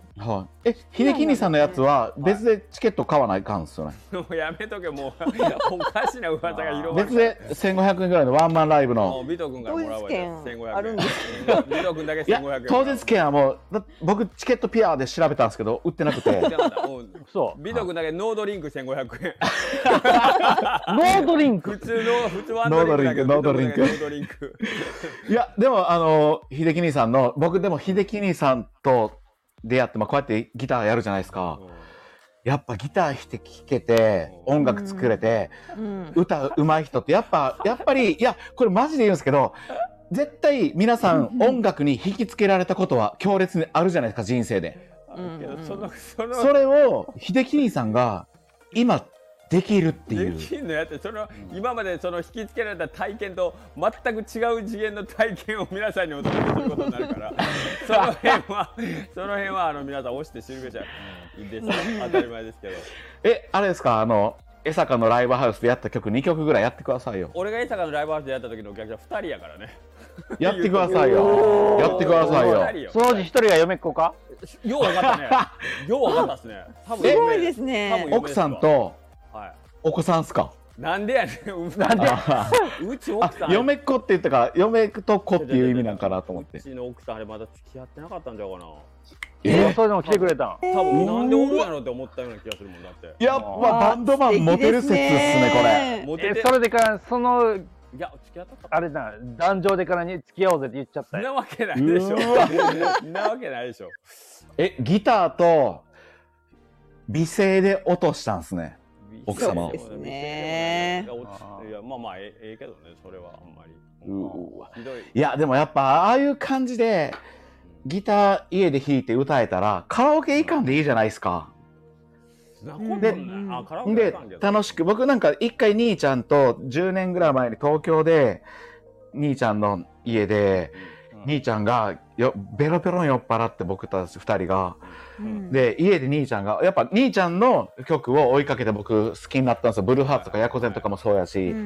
D: え秀樹兄さんのやつは別でチケット買わないかんすよね。
A: もうやめとけもうおかしな噂が広まる。
D: 別でせんごひゃくえんぐらいのワンマンライブの。
A: ビト君からもらうわよ。せんごひゃくえん
C: あるんですよ。
A: ビト君だけせんごひゃくえん。
D: 当日券はもうだ僕チケットピアで調べたんですけど売ってなくて。
B: そう
A: ビト君だけノードリンクせんごひゃくえん。
B: ノードリンク
A: 普通の普通ワンドリンクだけど
D: ノードリンクノードリンクいやでもあの秀樹兄さんの僕でも秀樹兄さんと出会って、まあ、こうやってギターやるじゃないですか、うん、やっぱギター弾いて聴けて、うん、音楽作れて、うん、歌うまい人ってやっぱやっぱりいやこれマジで言うんですけど絶対皆さん音楽に引きつけられたことは強烈にあるじゃないですか人生で、うん、そのそのそれを秀樹兄さんが今できるっていう。
A: できるのやってその、うん、今までその引きつけられた体験と全く違う次元の体験を皆さんにお届けすることになるからその辺はその辺はあの皆さん押して知るべきゃいいです当たり前ですけど。
D: えあれですかあの江坂のライブハウスでやった曲にきょくぐらいやってくださいよ。
A: 俺が江坂のライブハウスでやった時のお客さんふたりやからね。
D: やってくださいよ。やってくださいよ。
B: そのうちひとりが嫁っ子か？
A: よう分かったね。よう分かったですね。
C: 多分すごいですね。
D: 奥さんとお子さんっすか？
A: なんでやねん。なんで？うち奥さん。
D: 嫁っ子って言ったから嫁と子っていう意味なんかなと思って。
A: うちの奥さんあれまだ付き合ってなかったんじゃうかな。
B: えー、それでも来てくれたん。
A: 多分なんでおるやろって思ったような気がするもんだって。
D: やっぱバンドマンモテる説っすねこれ。
B: えそれでからその
A: いや付き合ったか
B: あれだ壇上でからに付き合おうぜって言っちゃったよ。
A: なわけないでしょ。なわけないでしょ。
D: えギターと美声で落としたんすね。奥様
C: そうですね。
A: いやまあまあええけどねそれはあんまり。
D: うわいやでもやっぱああいう感じでギター家で弾いて歌えたらカラオケ行かんでいいじゃないですか。でで楽しく僕なんか一回兄ちゃんとじゅうねんぐらい前に東京で兄ちゃんの家で、うん、兄ちゃんがよベロベロに酔っ払って僕たちふたりが、うん、で家で兄ちゃんがやっぱ兄ちゃんの曲を追いかけて僕好きになったんですよ。ブルーハーツとかヤコゼンとかもそうやし、うん、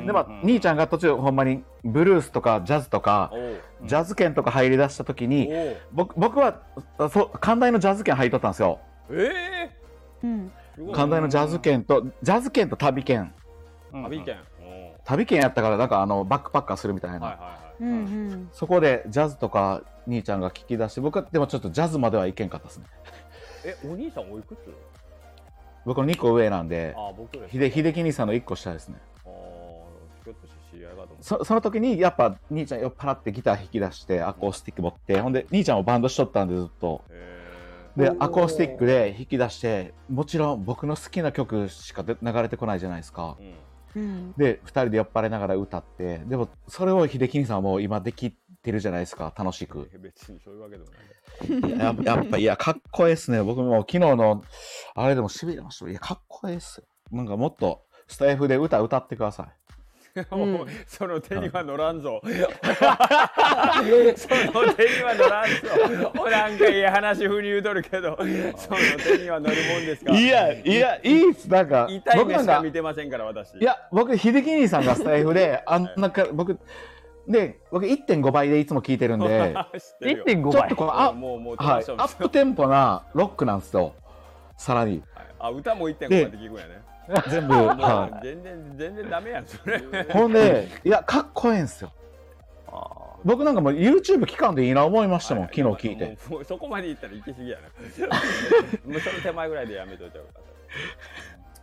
D: でまあ兄ちゃんが途中ほんまにブルースとかジャズとかジャズ圏とか入り出した時に僕僕はそ関大のジャズ圏入っとったんですよ。
A: え
C: ーうん
D: 関大のジャズ圏とジャズ圏と旅圏
A: 旅圏
D: 旅圏やったからなんかあのバックパッカーするみたいなそこでジャズとか兄ちゃんが聞き出して僕はでもちょっとジャズまではいけんかったですね。
A: えお兄さんおいくつ？
D: 僕のにこ上なんで
A: あ僕です
D: 秀秀樹兄さんのいっこ下ですね。
A: あちょっと知り合いがと思って
D: そ, その時にやっぱ兄ちゃん酔っ払ってギター弾き出してアコースティック持ってほんで兄ちゃんもバンドしとったんでずっと。でアコースティックで弾き出してもちろん僕の好きな曲しか流れてこないじゃないですか、うん、でふたりで酔っ払いながら歌ってでもそれを秀樹さんはもう今できてるじゃないですか楽しく。
A: 別にそういうわけでもない
D: や, やっぱいやかっこいいっすね。僕も昨日のあれでもしびれました。いやかっこいいっすよ。なんかもっとスタイフで歌歌ってください。
A: もうその手には乗らんぞ。その手には乗らんぞ。なんかいい話風に言うとるけど、その手には乗るもんですか。
D: いやいやいいっす。なんか
A: 痛い目しか見てませんから私。
D: いや僕秀樹兄さんがスタイフであんなか僕で僕 いってんご 倍でいつも聞いてるんで
B: いってんご 倍
D: ちょっとこうあもうもうはい、アップテンポなロックなんですよ。さらに、
A: はい、あ歌も いってんご 倍で聞くんやね。
D: 全部、は
A: い、全然全然ダメやんそれ。
D: ほんでいやかっこいいんですよ。あ僕なんかもう YouTube 期間でいいな思いましたもん、はい、昨日聞いて。
A: もうもうそこまでいったら行き過ぎやな。もうその手前ぐらいでやめといた方がよかった。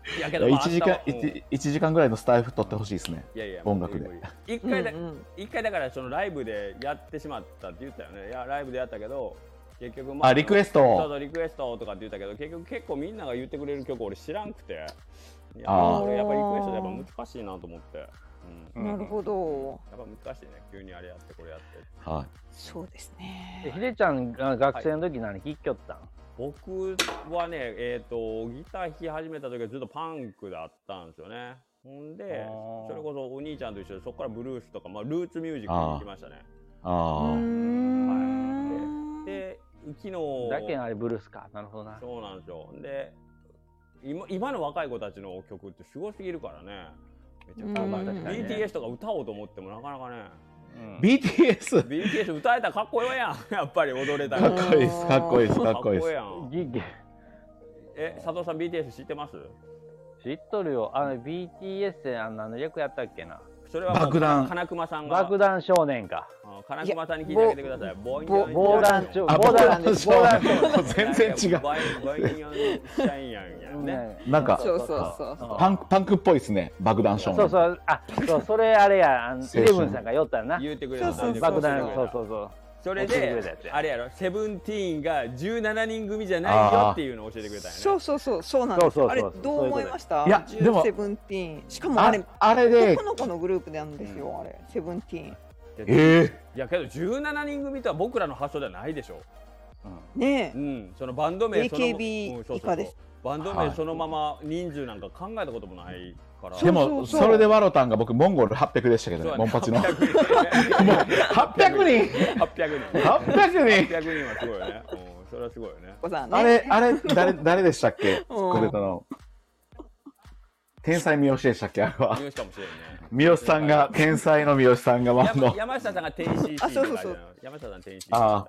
A: いやけどまあ
D: いちじかん、
A: 明日は
D: いちじかんぐらいのスタイフ取ってほしいですね。
A: いやいや
D: 音楽で
A: 無理無理一回だ、
C: うんうん
A: 一回だからそのライブでやってしまったって言ったよね。いやライブでやったけど結局ま
D: あリクエストを
A: そうそうリクエストとかって言ったけど結局結構みんなが言ってくれる曲俺知らんくて、いや
D: あー
A: 俺やっぱりリクエストでやっぱ難しいなと思って、うん、
C: なるほど。
A: やっぱ難しいね。急にあれやってこれやって
D: はい。
C: そうです
B: え
C: ね。
B: ひでちゃんが学生の時何聴きよったん？
A: 僕はねえっ、とギター弾き始めた時はずっとパンクだったんですよね。ほんで
B: あー
A: それこそお兄ちゃんと一緒でそこからブルースとか、まあ、ルーツミュージックに行きましたね。
C: う
D: あ
C: ーん。
A: で昨日
B: だけんあれブルースか。なるほどな。
A: そうなんですよ。で今今の若い子たちの曲ってすごすぎるからね。めちゃくちゃ
C: うん
A: うまい。
B: 確かにね
A: ビーティーエス とか歌おうと思ってもなかなかね。
B: うん
D: あ。ビーティーエス。
A: ビーティーエス 歌えたらかっこよやん。やっぱり踊れたら。
D: かっこいいです。かっこいいです。かっこいいです。
A: やん。
B: ギギ
A: え佐藤さん ビーティーエス 知ってます？
B: 知っとるよ。あの ビーティーエス ってあの何の役やったっけな。
A: それはもう
D: 爆弾
A: 金熊さんが
B: 爆弾少年か。
A: あ金熊さんに聞いてあげてください。ボイン
C: ぼ
B: 防弾少
D: あ
B: 防弾
C: 防
B: 防弾少
D: 全然違う。
A: ボインボインヨンシャインヤンやんね。
B: 年。
D: なんか
C: そうそうそうそう。
D: パンクパンクっぽいですね。爆弾少年。
B: そうそうあそうそれあれやあのイ
D: 青春
B: レブンさんが酔ったんな。
A: 言ってくれた。
C: そうそう
B: 爆弾
A: 言ってくれた
B: そうそうそう。
A: それ
B: 教えてくれた
A: で
B: やつや
A: あれやろセブンティーンがじゅうななにん組じゃないよっていうのを教えてくれたんやね。
C: そうそうそうそうなんですよ。あれ
B: そうそうそう
C: どう思いました？
D: いやでも
C: セブンティーン。しかもあ
D: あ
C: れ
D: あれで
C: 男の子のグループであるんですよ。あれセブンティーン。
D: ええ
A: いやけどじゅうななにん組とは僕らの発想ではないでしょ。
C: ねえ。
A: うん、そのバンド名その
C: エーケービー
A: うんそうそうそう
C: 以下です
A: バンド名そのまま人数なんか考えたこともないから。
C: そう
D: でもそれでワロタンが僕モンゴルはっぴゃくでしたけどね。モンパチの。もうはっぴゃくにん。
A: はっぴゃくにん。
D: はっぴゃくにん。
A: はっぴゃくにんはすごいよね。うん、それはすごいよね。
C: お子さんね。
D: あれあれ誰誰でしたっけ？作れたの。天才三好でしたっけあれは。
A: 三好かもしれんね。
D: 三好さんが天才の三好さんがバンド
A: 山。山下さんが天使
C: あそうそうそう
A: 山下さん天使
D: あ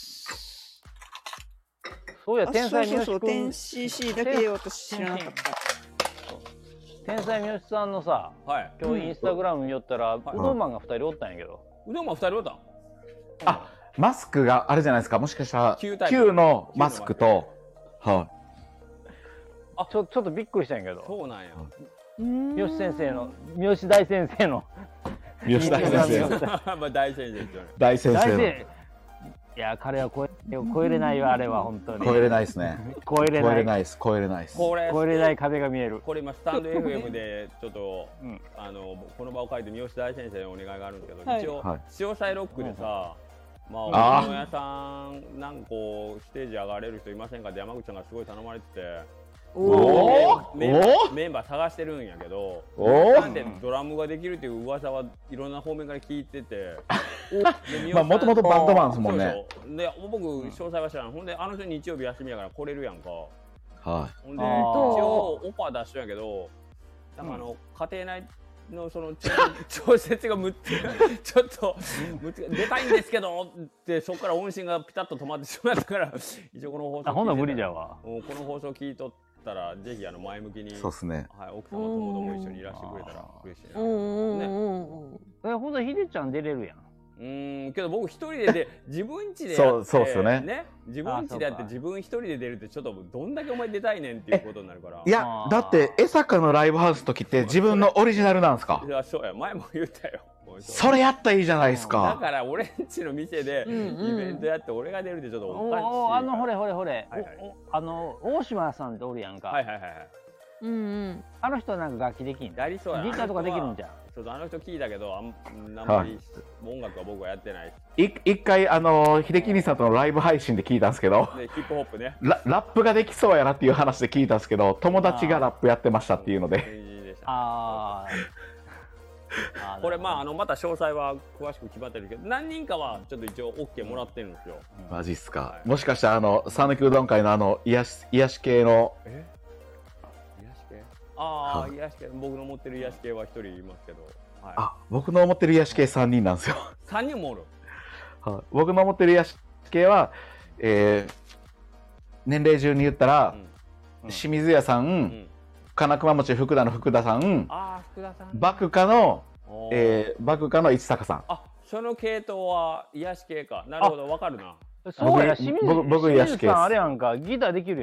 B: そうや
C: あ
B: 天才三好
C: そうそうそう天
B: 君
C: シーシー だけ私知らなかった。
B: 天才三好さんのさ
A: はい。
B: 今日インスタグラム見よったら、
A: ん
B: うどんマンがふたりおったんやけど、
A: うどんも二人おったん。
D: あマスクがあれじゃないですか。もしかしたら
A: Q タイプ
D: Q のマスクとは
B: ちょちょっとびっくりしたんやけど、
A: そうなんや。
B: 三好先生の三好大先生の
D: い。吉田先生。
A: まあ大先生ですよね。
D: 大先生の。
B: 大先いや彼は超え超えれないよあれは本当に
D: 超えれないですね。超
B: 超えれない
D: えれないです。超えれないです。
A: これ
B: 超えれない壁が見える。
A: これ今スタンド エフエム でちょっと、
B: うん
A: あのこの場を借りて三好大先生にお願いがあるんですけど、
C: はい
A: 一応、
D: はい
A: 潮騒ロックでさ、まあお
D: あー
A: 好み屋さんなんかこうステージ上がれる人いませんかって山口さんがすごい頼まれてて。
D: おー
A: メンバー
D: おー
A: メンバー探してるんやけど、
D: おー
A: なんでドラムができるっていう噂はいろんな方面から聞いてて、
D: まあもともとバンドマンですもんね。
A: そうそうで僕詳細は知らん。ほんであの人日曜日休みやから来れるやんか。
D: は
A: ほんで一
B: あー
A: 応オファー出したんやけど、なんかあの、家庭内のその調節がむっちょっとむつ出たいんですけどってそこから音信がピタッと止まってしまったから一応この放送
B: あほんなら無理
A: じゃ
B: じゃわ。
A: この放送聞いとったらぜひあの前向きに、
D: い。そうですね。
A: はい、奥様ともども一緒にいらしてくれたら嬉しいな。
C: うんうんうんうん。
B: えほんとひでちゃん出れるやん。
A: うーんけど僕一人でで自分家でやって
D: そうそうっすよね
A: 自分家でやって
B: あそうか
A: 自分一人で出るってちょっとどんだけお前出たいねんっていうことになるから。
D: いや
B: あー
D: だって江坂のライブハウスの時って自分のオリジナルなんですか
A: い。やそうや前も言ったよ。
D: それやったらいいじゃないです
A: だ
D: か。
A: から俺んちの店で
C: うんうん
A: イベントやって俺が出るってちょっと
B: お
A: おかしいから。
B: おあのほれほれほれ、
A: はいはい
B: おおあの大島さんっておるやんか、
A: はいはいはいはい。
C: うんうん。
B: あの人なんか楽器できん
A: やりそうや。
B: ギターとかできるんじゃん。
A: そうあの人聞いたけどあんあんまり音楽は僕はやってない。
D: い一回あの秀樹兄さんとのライブ配信で聞いたんですけど、
A: でヒップホップね。
D: ララップができそうやなっていう話で聞いたんですけど、友達がラップやってましたっていうので。
A: いいでした
B: あーあー
A: これまああのまた詳細は詳しく決まってるけど何人かはちょっと一応 OK もらってるんですよ。
D: マジっすか。
A: はい
D: もしかしたらあの讃岐うどん会のあの癒し癒し系の
A: え癒し系ああ、
D: はい
A: 癒し系僕の持ってる癒し系は一人いますけど、はい、
D: あ僕の思ってる癒し系さんにんなんですよ。
A: さんにんもおる。
D: はい僕の思ってる癒し系は、えー年齢順に言ったら、
B: うん
D: 清水屋さん、
A: うん、
D: 金熊餅福田の福田さん、
A: ああ福田さん。
D: 爆花の、
A: おー
D: えー、爆花の市坂さん。
A: あその系統は癒し系か。なるほどわかるな。
B: そうや
D: 僕
B: 清水
D: 僕僕
B: 清
D: 癒し系です
B: 水さんあれやんかギターできるやん。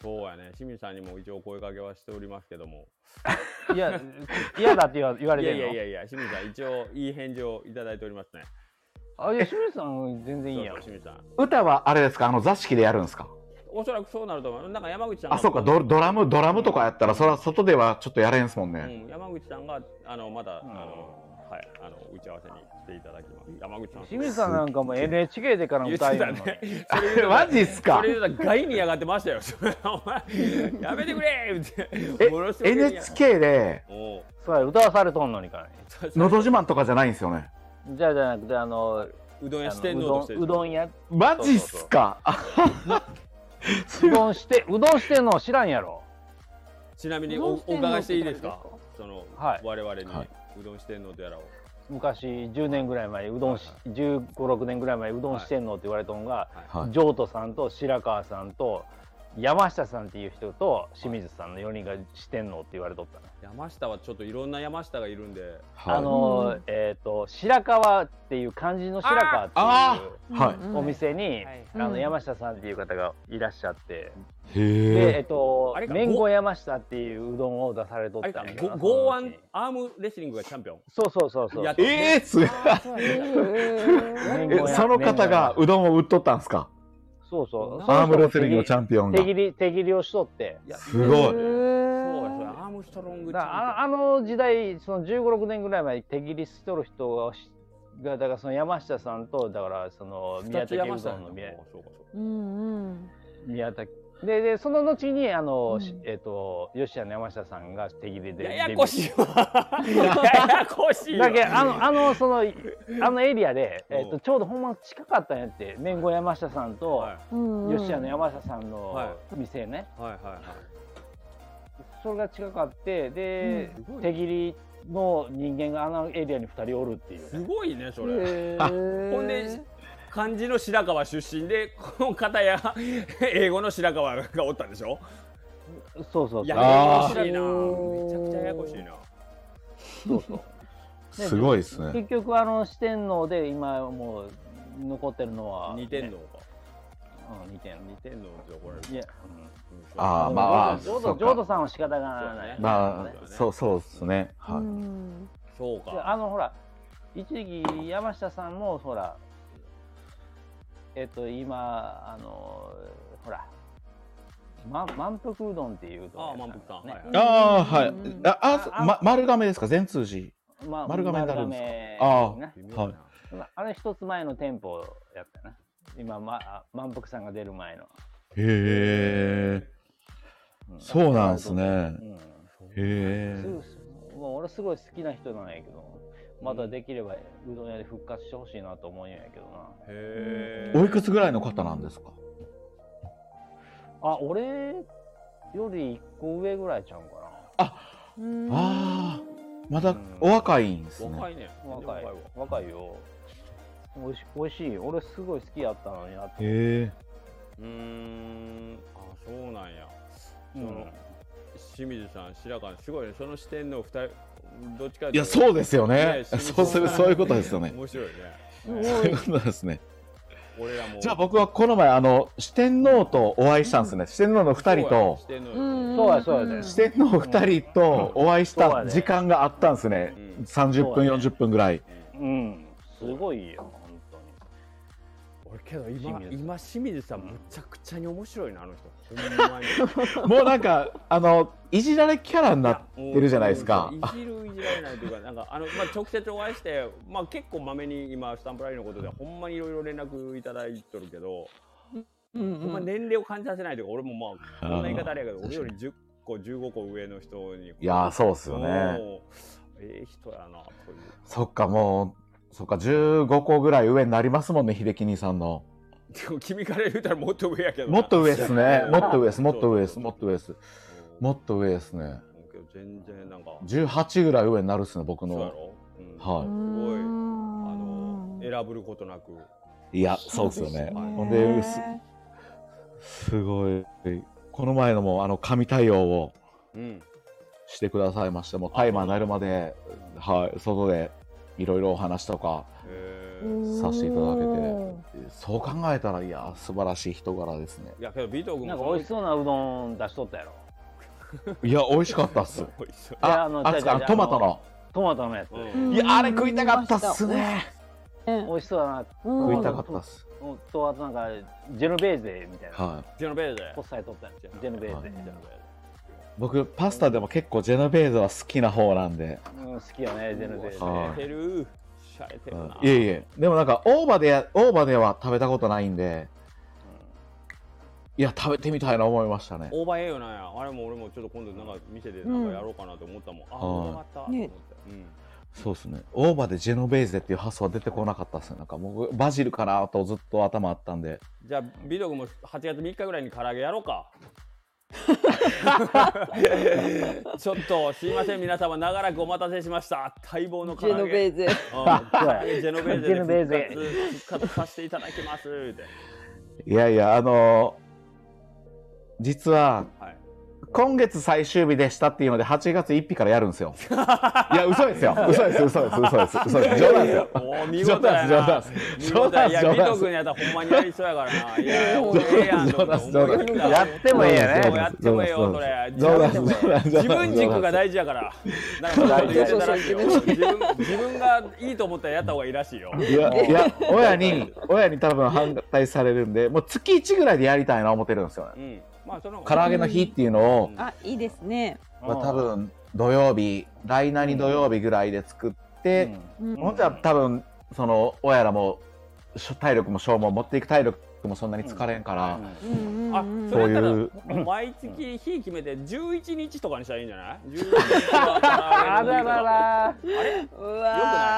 A: そうやね、清水さんにも一応声かけはしておりますけども。
B: いや、嫌だって言わ言われ
A: い
B: てるの。
A: やいやいやいや、清水さん一応いい返事をいただいておりますね。
B: あ、いや、清水さん全然いいやん。
A: そうそう清水さん。
D: 歌はあれですか、あの座敷でやるんですか？
A: おそらくそうなると思う。なんか山口さんが。
D: あ、そうか、ドドラム、ドラムとかやったら、それは外ではちょっとやれんすもんね。
A: うん、山口さんが、あの、まだ、
B: うん
A: あの、はい、あの、打ち合わせに来ていただきます。山口さん。
B: 清水さんなんかも エヌエイチケー でから
A: 言っ
B: 歌えるのに。
A: てたね。それ言うたら
D: マジっすか
A: それ言うたら外にやがってましたよ。それお前、やめてくれ言って。
D: え、
A: ものすごい
D: エヌエイチケー で、
A: おう
B: そうや、歌わされとんのにからね。
D: のど自慢とかじゃないんですよね。
B: じゃあじゃなくて、あの、
A: うどん屋四天
B: あのうどん
A: 王としてる
B: うどん屋、
D: マジっすか？
B: うどんして、うどんしてんの知らんやろ。
A: ちなみにおお伺いしていいですか？その、
B: はい
A: 我々に、
D: はいう
A: どん四天王とやらを。
B: 昔じゅうねんぐらい前うどんし、じゅうご、ろくねんぐらい前うどんしてんのって言われたのが、
D: はい
B: 譲渡さんと白川さんと山下さんっていう人と清水さんのよにんがしてんのって言われとったの。
A: 山下はちょっといろんな山下がいるんで。
D: はい
B: あのー、えっ、と白川っていう漢字の白川って
D: あ
B: いう
D: はい
B: お店に、
A: はい
B: あの
C: うん
B: 山下さんっていう方がいらっしゃって、
D: へ
B: でえっ
D: え。
B: と
A: あれか
B: 麺後山下っていううどんを出されとっ
A: あれか
B: たんやけどな、
A: ゴゴーアン
B: そのうち
A: アームレスリングがチャンピオン。
B: そうそうそうそう。
A: やっ
D: えー、すごい。
B: 麺後や
D: えその方がうどんを売っとったんすか？
B: そうそう。
D: アームレスリングのチャンピオンが
B: 手。切り手切りをしとって。
A: いや
D: すごい。
A: そうやそれアームストロングチャンピオン。
B: だからああの時代そのじゅうご、ろくねんぐらい前に手切りしとる人がしがだからその山下さんとだからその宮崎うどんの宮
A: そうかそうか
C: うんうん
B: 宮崎ででその後にあの、
C: うん
B: しえっ、と吉谷の山下さんが手切りで
A: ややこしいわ。ややこしいわ。
B: だけどあのあのそのあのエリアで、えっとちょうどほんま近かったんやって麺後山下さんと、
A: は
C: うんうん
B: 吉谷の山下さんの
A: は
B: 店ね、
A: いはいはいはい。
B: それが近かってで、
A: うんすごい
B: 手切りの人間があのエリアにふたりおるっていうね、
A: すごいねそれ。
C: へー
A: ほんで漢字の白川出身でこの方や英語の白川がおったんでしょ。
B: そうそうそう
A: いや
D: あー
A: ややこしいな。めちゃくちゃややこしいな。
B: そうそう
D: すごいですね。
B: 結局あの四天王で今もう残ってるのは、
A: 似てんのか。
B: うん、似てんの
A: 似てんのって怒られる。
B: いや、
D: あー
B: うん、
D: まあ
B: 浄
D: そうか
B: 土浄土さんは仕方がない、
D: まあ
A: そうだね
D: そうそうですね。
C: う
D: はい。
C: ん
A: そう
B: で
A: か。
B: あのほら一時期山下さんもほらえっと今あのほらま満腹うどんっていううどん
A: ああ
B: 屋
A: 満腹さん。はいはい。
D: ああはい
C: うん。
D: ああ
B: あ
D: ま丸亀ですか？善通寺。
B: ま
D: 丸亀になるんですか
B: 丸亀
D: ああ
B: ね
A: 微妙やな
B: まあれ一つ前の店舗やったな今、ま、あ満腹さんが出る前の、
D: へえ。
B: うん
D: そうなんすね。
B: うん
D: へえ
B: す。ぐもう俺すごい好きな人なんやけどまたできればうどん屋で復活してほしいなと思うんやけどな。
A: へ
D: おいくつぐらいの方なんですか？
B: あ俺よりいっこ上ぐらいちゃうんか
C: うん
D: ああ、まだお若いんですね。
A: 若いね。
B: な。若い
A: わ。
B: 若いよ。おいしおいしい俺すごい好きやったのになって。
D: へえ。
A: うーん。あそうなんや。そ
B: うん
A: の清水さん白川すごいね。その視点の二人どっちかと
D: いやそうですよね。
A: ね
D: そうそうそういうことですよね。
A: 面白いね。
D: そういうことですね。
A: 俺らも。
D: じゃあ僕はこの前あの四天王とお会いしたんですね。四天王の二人と
A: 四天王
C: うん
B: そうやそうやね
D: 四天王二人とお会いした
B: そうやね
D: 時間があったんですね。
A: うん
D: 三十分四十分ぐらい。
B: うんすごいよ本当に。
A: 俺けど今
B: 清水さん
A: 今清水さんむちゃくちゃに面白いなあの人。ほんまに。
D: もうなんかあのいじられキャラになってるじゃないですか。
A: いじるいじられないというかなんかあのまあ直接お会いしてまあ結構まめに今スタンプラリーのことでほんまにいろいろ連絡いただいてるけど、
C: うん
A: ほんま年齢を感じさせないというか俺もまあこんな言い方あれやけど
D: あー
A: 俺よりじゅっこじゅうごこ上の人に
D: いやーそうっすよね。
A: もうええ人やなという。
D: そっかもうそっかじゅうごこぐらい上になりますもんね秀樹兄さんの。
A: でも君から言うたらもっと上やけどな。
D: もっと上ですね。もっと上です。もっと上です。
A: そう
D: もっと上です。
A: そう
D: もっと上ですね。
A: けど全然なんか
D: じゅうはちぐらい上になるっすね僕の。
A: そうやろ、うん、
D: はい
A: すごいあの選ぶることなく
D: いやそうですよね。
A: はい
D: ほんですすごいこの前のもあの神対応を
A: うん
D: してくださいましてもうタイマー鳴るまではい外でいろいろお話とか
A: へ
D: させていただけて、そう考えたらいや素晴らしい人柄ですね。
A: いやけどビト君
B: なんか美味しそうなうどん出しとったやろ。
D: いや美味しかったっす。あ、あトマトの
B: トマトのやつ。
D: いやあれ食いたかったっすね。
B: 美味しそうだな。
D: 食いたかったっす。
B: とあとなんかジェノベーゼみたいな。
D: はい。
A: ジェノベーゼ。
B: ポスター取ったんですよ。ジェノベーゼ。
D: 僕パスタでも結構ジェノベーゼは好きな方なんで。
B: うん、好きよねジェノベーゼ。
A: しゃれてる。しゃれてるな。
D: いえいえ。でもなんか大葉で大葉では食べたことないんで。いや食べてみたいな思いましたね。
A: 大葉ええよなや。あれも俺もちょっと今度なんか店でなんかやろうかなと思ったもん。あ、よかったと思って。
D: そうですね。大葉でジェノベーゼっていう発想は出てこなかったですね。なんか僕バジルかなとずっと頭あったんで。
A: じゃあビト君もはちがつみっかぐらいに唐揚げやろうか。ちょっとすいません皆様長らくお待たせしました。待望の唐揚げ。
C: ジェノベーゼ。
A: ジェノベーゼで復活復活させていただきますって。
D: いやいやあのー、実は。はい、今月最終日でしたっていうのではちがつついたちからやるんですよ。いや嘘ですよ。嘘です嘘です嘘です嘘です。冗談ですよ。
A: お見事やな。冗談です。冗談です。いやビト君やったらほんまにやりそうやからな。いや
D: 冗談です冗談です。
B: やってもいいやね。
A: やってもいいよそれ。
D: 冗談です冗談です。
A: 自分軸が大事やから。なんかそう言ってたらしいよ。自分自分がいいと思ったらやった方がいいらしいよ。
D: いやいや親に親に多分反対されるんで、もう月いちぐらいでやりたいな思ってるんですよね。まあ、その唐揚げの日っていうのを、
C: うん、あいいですね。
D: まあ、多分土曜日来年に土曜日ぐらいで作って、うん、本当は多分その親らも体力も消耗持っていく体力もそんなに疲れんから、
A: そういう毎月日決めてじゅういちにちとかにしたらいいんじゃない？じゅういちにちは唐揚げの日。あららら。あれ？うわ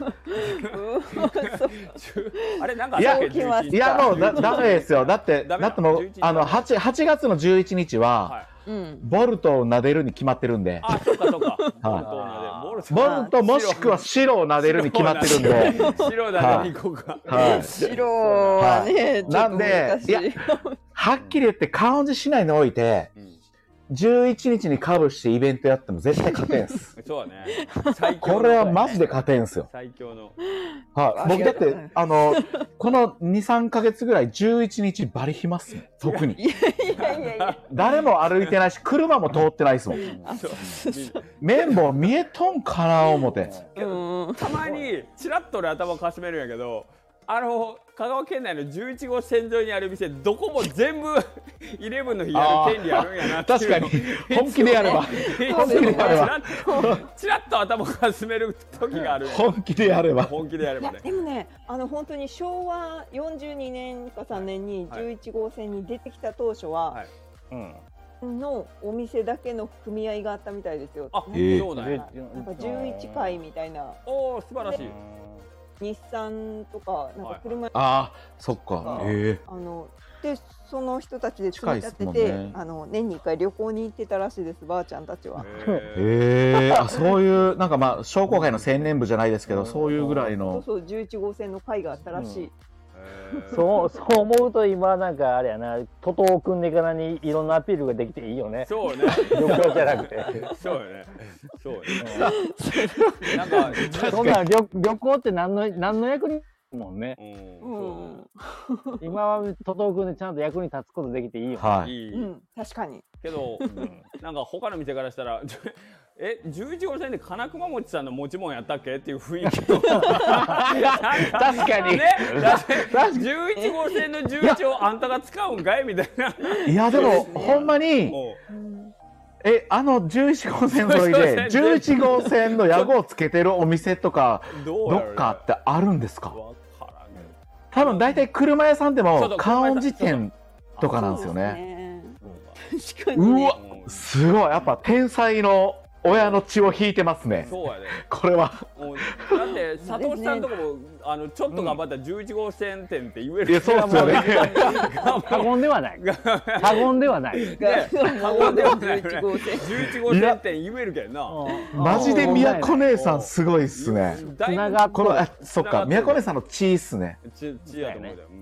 A: あれなんか
D: いやいやもうだダメですよ。だってだってもうあの八八月のじゅういちにちはボルトを撫でるに決まってるんで。
A: あ、そうかそうか。
D: ボルトもしくは白を撫でるに決まってるんで。
A: 白撫でに行こうか。
C: 白はね。
D: なんでいやはっきり言って観音寺市内において。じゅういちにちにかぶしてイベントやっても絶対勝てんす。
A: そうだね。
D: これはマジで勝てんすよ。
A: 最強の。
D: はい。僕だってあのこのにさんかげつぐらいじゅういちにちバリ暇っすね。特に。いやいやいや。誰も歩いてないし車も通ってないっすもん。綿棒見えとんかな思て。
A: たまにチラッと俺頭かしめるんやけど。あの香川県内のじゅういち号線沿いにある店どこも全部イレブンの日やる権利あるんやなっていう。
D: 確かに本気でやれば本気でやれば
A: チラッと頭かすめる時がある。
D: 本気でやれば
A: 本気でやればね。
C: でもねあの本当にしょうわよんじゅうにねんかさんねんにじゅういち号線に出てきた当初は、はいうん、のお店だけの組合があったみたいですよ。
A: あ、そうなんや。
C: なんかじゅういちかいみたいな。
A: おお素晴らしい。
C: 日産とかなんか車、はい、
D: ああそっかへえ
C: あのでその人たちで組み立てて、ね、あの年にいっかい旅行に行ってたらしいですばあちゃんたちは。
D: へえあそういうなんかまあ商工会の青年部じゃないですけどそういうぐらいの
C: そうそうじゅういち号線の会があったらしい。うん
B: そうそう思うと今なんかあれやな徒党を組んでからにいろんなアピールができていいよね。
A: そうね。
B: 旅行じゃなくて。
A: そうよね。そうよね。なんか
B: そんな旅旅行って何の何の役にもんね。うん。今は徒党組んでちゃんと役に立つことできていいよね。
D: はい。
C: うん、確かに。
A: けど、なんか他の店からしたら。え、じゅういち号線で金熊餅さんの持ち物やったっけっていう雰囲気の確
D: かに
A: ね、じゅういち号線のじゅういちをあんたが使うんかいみたいな。
D: いやでもほんまにえあのじゅういち号線沿いでじゅういち号線の屋号をつけてるお店とかどっかってあるんですか？多分大体車屋さんでも観音寺店とかなんですよね。
C: 確かにね。
D: うわすごいやっぱ天才の親の血を引いてますね。
A: そうやね。
D: これは。
A: だって佐藤さんとかもあのちょっと頑張ったらじゅういち号線店って言える。
D: いやそうですよね。
B: 過言ではない。過言ではない。
A: 過言ではない。じゅういち号線。じゅういち号線店言えるけどな。
D: マジで宮古姉さんすごいっすね。
B: つなが
D: このあそっか宮古姉さんの血っすね。
A: 血血やと思うよ。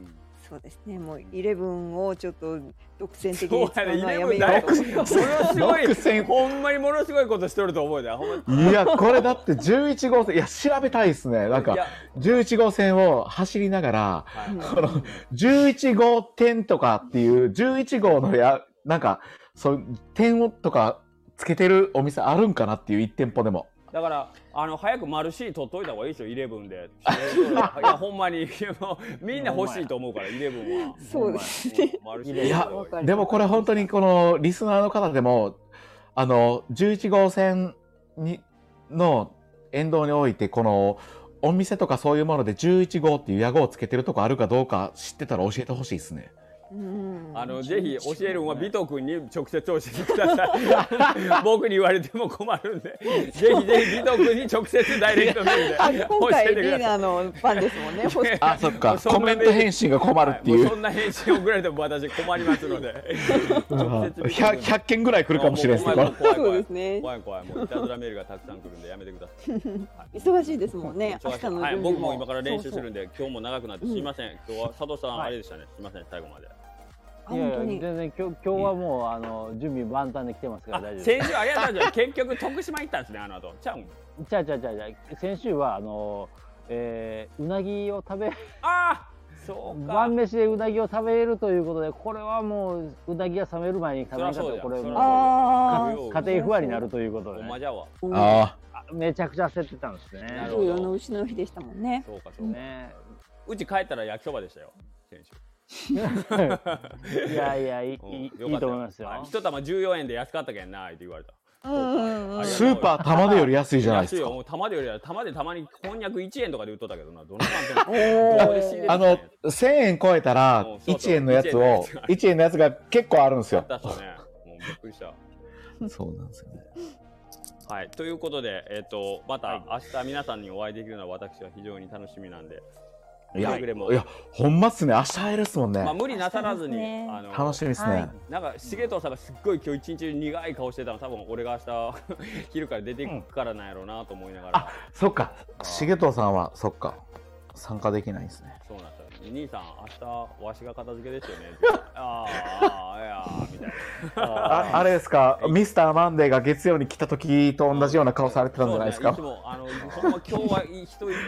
C: そうですね。もうイレブンをちょっと独占的に使うのはやめようと。
A: ものすごい、ほんまにものすごいことしとると思うで。
D: いやこれだってじゅういち号線、いや調べたいですね。なんかじゅういち号線を走りながら、このじゅういち号店とかっていうじゅういち号のやなんかそう点をとかつけてるお店あるんかなっていういち店舗でも。
A: だからあの早くマルシー取っといた方がいいですよ、イレブンで。いやほんまにみんな欲しいと思うからイレブンは。
C: そうですね。
D: いやでもこれ本当にこのリスナーの方でもあのじゅういち号線にの沿道においてこのお店とかそういうものでじゅういち号っていう屋号をつけてるとこあるかどうか知ってたら教えてほしいですね。
A: あのぜひ教えるんはビト君に直接教えてください。僕に言われても困るんで、ぜひぜひビト君に直接ダイレクトメールで教えてください。
C: 今回リーナのファンですもんね。
D: あ、そっか。コメント返信が困るっていう。
A: はい、そんな返信送られても私困りますので。
D: ひゃくけんぐらい来るかもしれないですね。
C: そうですね。
A: 怖い怖い、もういたずらメールがたくさん来るんでやめてください。
C: 忙しいですもんね。
A: はい、僕も今から練習するんで、今日も長くなってすみません。今日は佐藤さんあれでしたね。すみません、最後まで。
B: いやいや全然今日今日はもうあの準備万端で来てますから大丈夫です。
A: 先週ありがとうございました。結局徳島行ったんですね、あの後。ちゃうん。
B: ちゃうちゃうちゃうちゃう。先週はあの、えー、うなぎを食べ。
A: ああ。そうか。
B: 晩飯でうなぎを食べるということで、これはもううなぎが冷める前に食べなかったらこれもう家庭不安になるということで、ね。
A: おまじゃわ。
B: ああ。めちゃくちゃ焦ってたんですね。
C: なるほど。の牛の日でしたもんね。
A: そうかそうね。うち帰ったら焼きそばでしたよ。先週。
B: いやいやいい、いいと思いますよ。
A: 一玉じゅうよんえんで安かったけんなって言われた。
D: スーパー玉でより安いじゃないですか。
A: 玉でより玉でたまにこんにゃくいちえんとかで売っとったけどな、どのパンでも。
D: あのせんえん超えたらいちえんのやつをいちえんのやつが結構あるんですよ。
A: 確かね、もうびっくりした。
D: そうなんですよね。
A: はい、ということで、えっとまた明日皆さんにお会いできるのは私は非常に楽しみなんで。
D: いや、いや、ほんまっすね。明日会えるっすもんね。
A: まあ無理なさらずに、
D: あの楽しみですね。
A: なんか重藤さんがすっごい今日一日苦い顔してたの、多分俺が明日昼から出てくからなんやろうなと思いながら。
D: あ、そっか。重藤さんはそっか参加できないんですね。
A: そうなんですよ。兄さん明日わしが片付けですよね。ああ、いやみたいな。
D: あ, あれですか、ミスターマンデーが月曜に来た時と同じような顔されてたんじゃないですか。
A: いつもあのほんま今日は人、うん、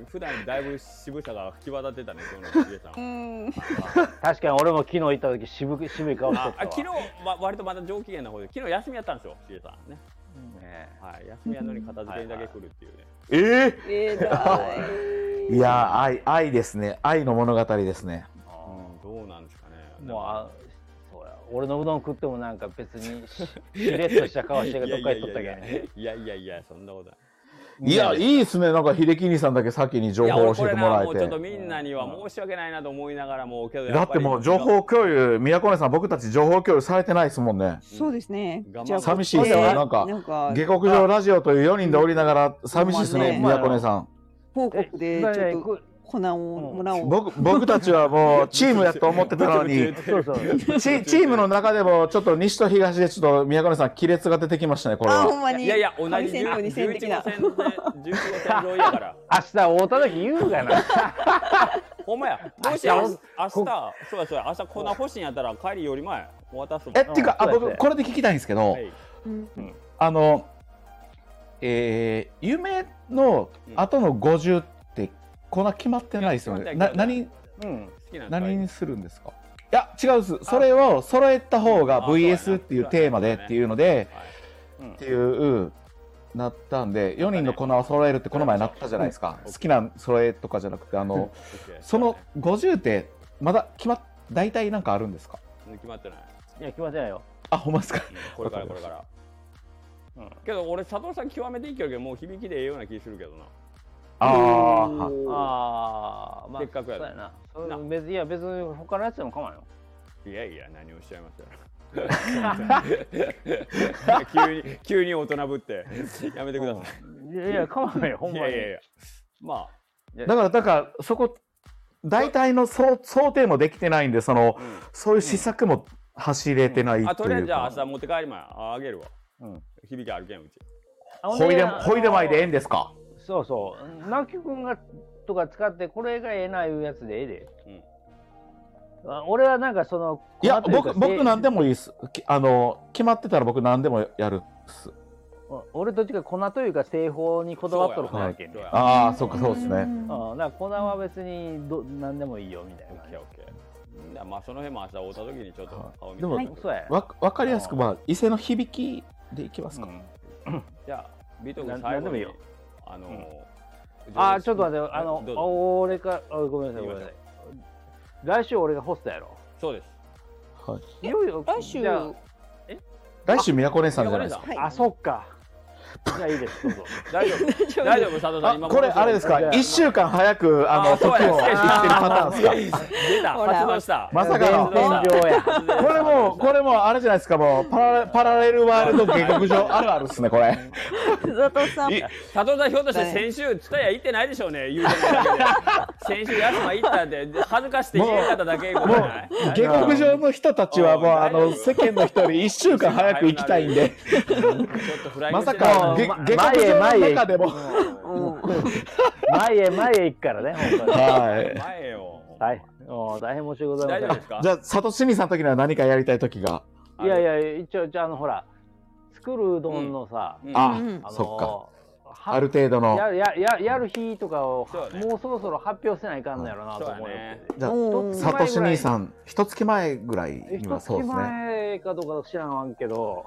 A: 普段だいぶ渋さが際立ってたね、今日の重
B: さん。確かに俺も昨日行った時渋く渋い顔してたわ。
A: 昨日ま割とまだ上機嫌な方で、昨日休みやったんですよ、重さんね。はい、休みやのに片付けにだけ来るっていうね。
D: ええ。いや、愛愛ですね。愛の物語ですね。
A: どうなんですかね。
B: もうあそうや、俺のうどん食ってもなんか別にしれっとした顔してどっか行っとったけどね。
A: いやいやいや、そんなことない。
D: いや、いいですね。なんか秀樹兄さんだけ先に情報を教えてもらえて。
A: もうちょっとみんなには申し訳ないなと思いながらも、けど
D: だってもう情報共有、宮古根さん、僕たち情報共有されてないですもんね。
C: そうですね。
D: じゃあ寂しいですね。なんか下克上ラジオというよにんでおりながら寂しいですね、宮古根さん。
C: 報告でちょっと粉をもらおう。
D: 僕僕たちはもうチームやと思ってたのに、チチームの中でもちょっと西と東でちょっと宮古根さん亀裂が出てきましたね、これは。
A: いやいや、同じじゅういち号線でじゅういち号線沿いやから。
B: 明日会うた時言うがな。
A: ほんまや。もし明日、そうやそうや、明日粉欲しいんやったら帰りより前渡すもん。
D: え、っていうか、あ、僕これで聞きたいんですけど、あのえー、夢の後のごじゅうって粉決まってないですよね。な何何にするんですか。いや違うです。それを揃えた方が ブイエス っていうテーマでっていうのでっていうなったんで、よにんの粉を揃えるってこの前なったじゃないですか。好きな揃えとかじゃなくて、あのそのごじゅうってまだ決まっ大体なんかあるんですか。
A: 決まってない。
B: いや決まってないよ。
D: あ、ほんまですか。
A: これからこれから。けど俺佐藤さん極めていいけど、もう響きでええような気するけどな。
D: ああ、
B: ああ、
A: まあせっかくや
B: な。別にいや別に他のやつでも構わんよ。
A: いやいや、何をおっしゃいますよ。急に急に大人ぶってやめてくださ
B: い。いやいや構わんよ、ほんまに。いやいやいや。
A: まあ
D: だからだからそこ大体の想定もできてないんで、そのそういう施策も走れてないっていうか。
A: あ、とりあえずじゃあ朝持って帰りまえ。あげるわ。響きあるけんうち。
D: ほいでほいでまいでええんですか。
B: そうそう。直樹くんがとか使ってこれがええないうやつでええで。 俺はなんかその
D: いや僕僕何でもいいです。あの決まってたら僕何でもやるっす。
B: 俺どっちか粉というか製法にこだわっとる方やけんね。
D: ああそうかそうですね。
B: あだから粉は別にど何でもいいよみたいな。
A: オッケーオッケー。まあその辺も明日会った時にちょっと顔見て。
D: でもわわかりやすくまあ伊勢の響きでいきますか。
A: じゃあビト君最後にあの
B: あちょっと待ってあの俺かごめんなさいごめんなさい。来週俺がホストやろ。
A: そうです。
C: はい。いよいよ来週。
D: え？来週宮古姉さんじゃないですか。
B: あ、そっか。じゃあいいです。どうぞ。
A: 大丈夫。大丈夫佐藤さん今
D: これあれですか。一週間早くあの時を言ってるパターンですか。
A: 出た。発動した。
D: まさかの。これもこれもあれじゃないですか。もうパラパラレルワールド下克上あるあるですねこれ。
C: 佐藤さん。
A: 佐藤さんひょっとして先週ツタヤ行ってないでしょうね。言うてないだけで。先週やつま行ったんで恥ずかしくて言え方だけ。もう
D: 下克上の人たちはもうあの世間の人より一週間早く行きたいんで。まさか下克上の中でも
B: 前へ前へ行くからね本当に。
A: はい。前よ。
B: はい。大変申し訳ございません。
D: じゃあ佐藤清水さんの時には何かやりたい時が。
B: いやいや一応じゃあのほら作るうどんのさ。
D: あそっか。ある程度の
B: ややややる日とかをもうそろそろ発表せないかんのやろなと思うよ。
D: じゃあ佐藤兄さん一月前ぐらいにはそうですね。
B: 一月前かどうか知らんわんけど。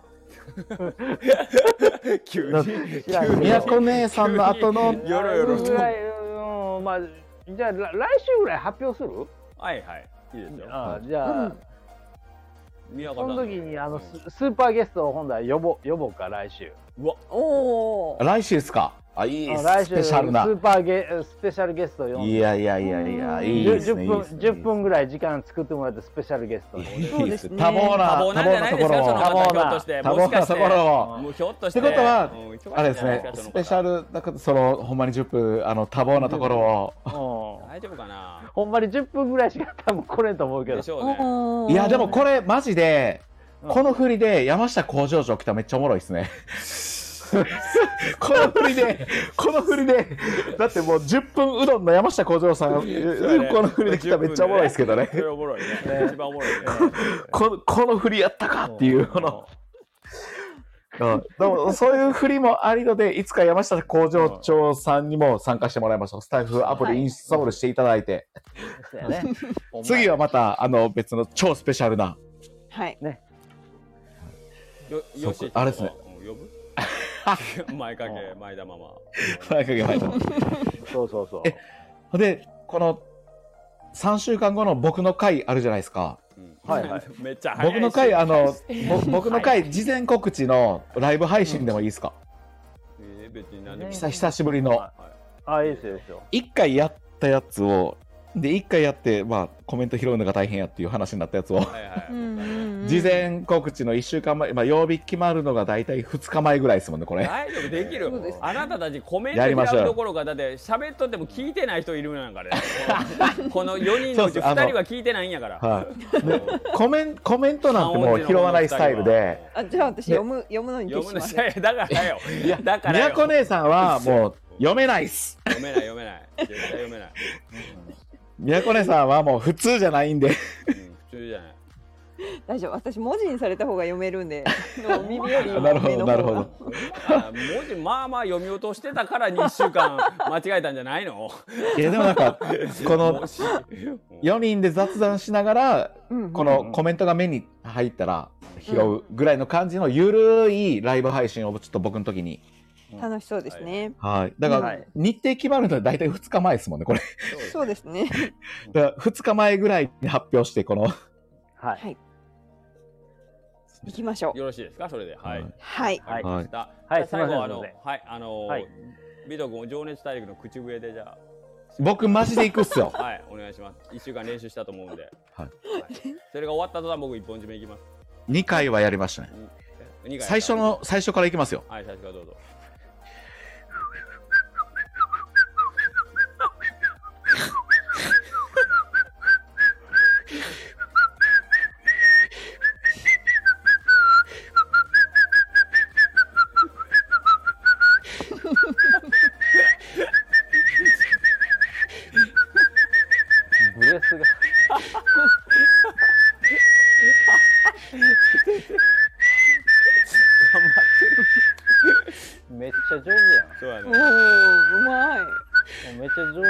A: 急に
D: 宮古姉さんの後の
A: よろよろと。
B: まあじゃあ来週ぐらい発表する？
A: はいはいいいですよ。
B: あじゃあその時にあのスーパーゲストを今度は呼ぼ呼ぼうか来週。
A: うわ
C: おお。
D: 来週ですか。あいいスペシャルな
B: スーパーゲスペシャルゲストを呼んで。
D: いやいやいやいやいいですね。
B: じゅっぷんじゅっぷんぐらい時間作ってもらってスペシャルゲスト。
C: そうですね。
D: 多忙な多忙なところを
A: 多忙な
D: 多忙なところを。
A: もうひょっとして。
D: ってことはあれですね。スペシャルだからそのほんまにじゅっぷんあの多忙なところ
A: を。大丈夫かな。
B: ほんまにじゅっぷんぐらいしか多分来れんと思うけど。
A: でしょうね。
D: いやでもこれマジでこの振りで山下工場長来たらめっちゃおもろいですね。この振りでこの振りでだってもうじゅっぷんうどんの山下幸三さんこの振りで来たらめっちゃおもろいですけどね。
A: それおもろいね。一番おもろいね。
D: ここの振りやったかっていうこの。うん、でもそういう振りもありのでいつか山下工場長さんにも参加してもらいましょう。スタイフアプリインストールしていただいて、はい、次はまたあの別の超スペシャルな
C: はい
B: ね。
A: よよし
D: あれですね。
A: 呼ぶ？前掛け前田ママ。
D: 前掛け前田ママ。
B: そうそうそう。
D: えでこのさんしゅうかんごの僕の回あるじゃないですか。
B: はいはい。
A: めっちゃ早い。
D: 僕の回あの僕の回事前告知のライブ配信でもいいですか？
A: え別に何でも。
D: 久しぶりの。
B: あいいですよいいですよ。
D: 一回やったやつを。で一回やってまあコメント拾うのが大変やっていう話になったやつを事前告知のいっしゅうかんまえ、まあ、曜日決まるのが大体ふつかまえぐらいですもんねこれ。
A: 大丈夫できる。あなたたちコメント拾うどころかだって喋っとっても聞いてない人いるんやからね。このよにんのうちふたりは聞いてないんやから。
D: はい、コメンコメントなんてもう拾わないスタイルで。
C: あじゃあ私読む読むのに
A: 読むのだからよ。
D: いやだから宮古姉さんはもう読めないっす。
A: 読めない読めない絶対読めない。
D: 宮古姉さんはもう普通じゃないんで、うん、
A: 普通じゃない。
C: 大丈夫私文字にされた方が読めるんで耳より
D: なるほどなるほど。
A: 文字まあまあ読み落としてたからにしゅうかん間違えたんじゃないの？
D: いやでもなんかこのよにんで雑談しながらこのコメントが目に入ったら拾うぐらいの感じのゆるいライブ配信をちょっと僕の時に
C: 楽しそうですね。
D: はい。だから日程決まるのは大体ふつかまえですもんねこれ。
C: そうですね。
D: だからふつかまえぐらいに発表してこの
B: はい。
C: 行きましょう。
A: よろしいですかそれで。はい。
C: はい。
A: はい。はい。最後あのはいあのビト君情熱大陸の口笛でじゃあ。
D: 僕マジで行くっすよ。
A: はいお願いします。いっしゅうかん練習したと思うんで。
D: はい。
A: それが終わった途端僕一本締めいきます。
D: にかいはやりましたね。最初の最初からいきますよ。
A: はい最初からどうぞ。
B: ブレスが
C: うまい。
B: めっちゃ上手。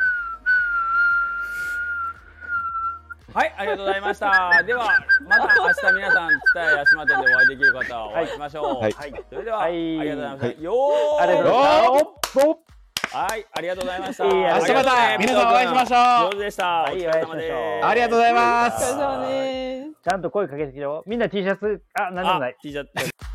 A: はい、ありがとうございました。では、また明日皆さん、蔦屋八島店でお会いできる方、お会いしましょう。はい、それでは、ありがとうございました。よー。
B: ありがとうございました。
A: はい、ありがとうございました。
D: 明日また皆さんお会いしましょう。
A: 上手でした。お疲れ様です。
D: ありがとうございます。
C: お疲れ様です。
B: ちゃんと声かけてきてよ。みんな T シャツ、あ、なんでもない。
A: T シャツ。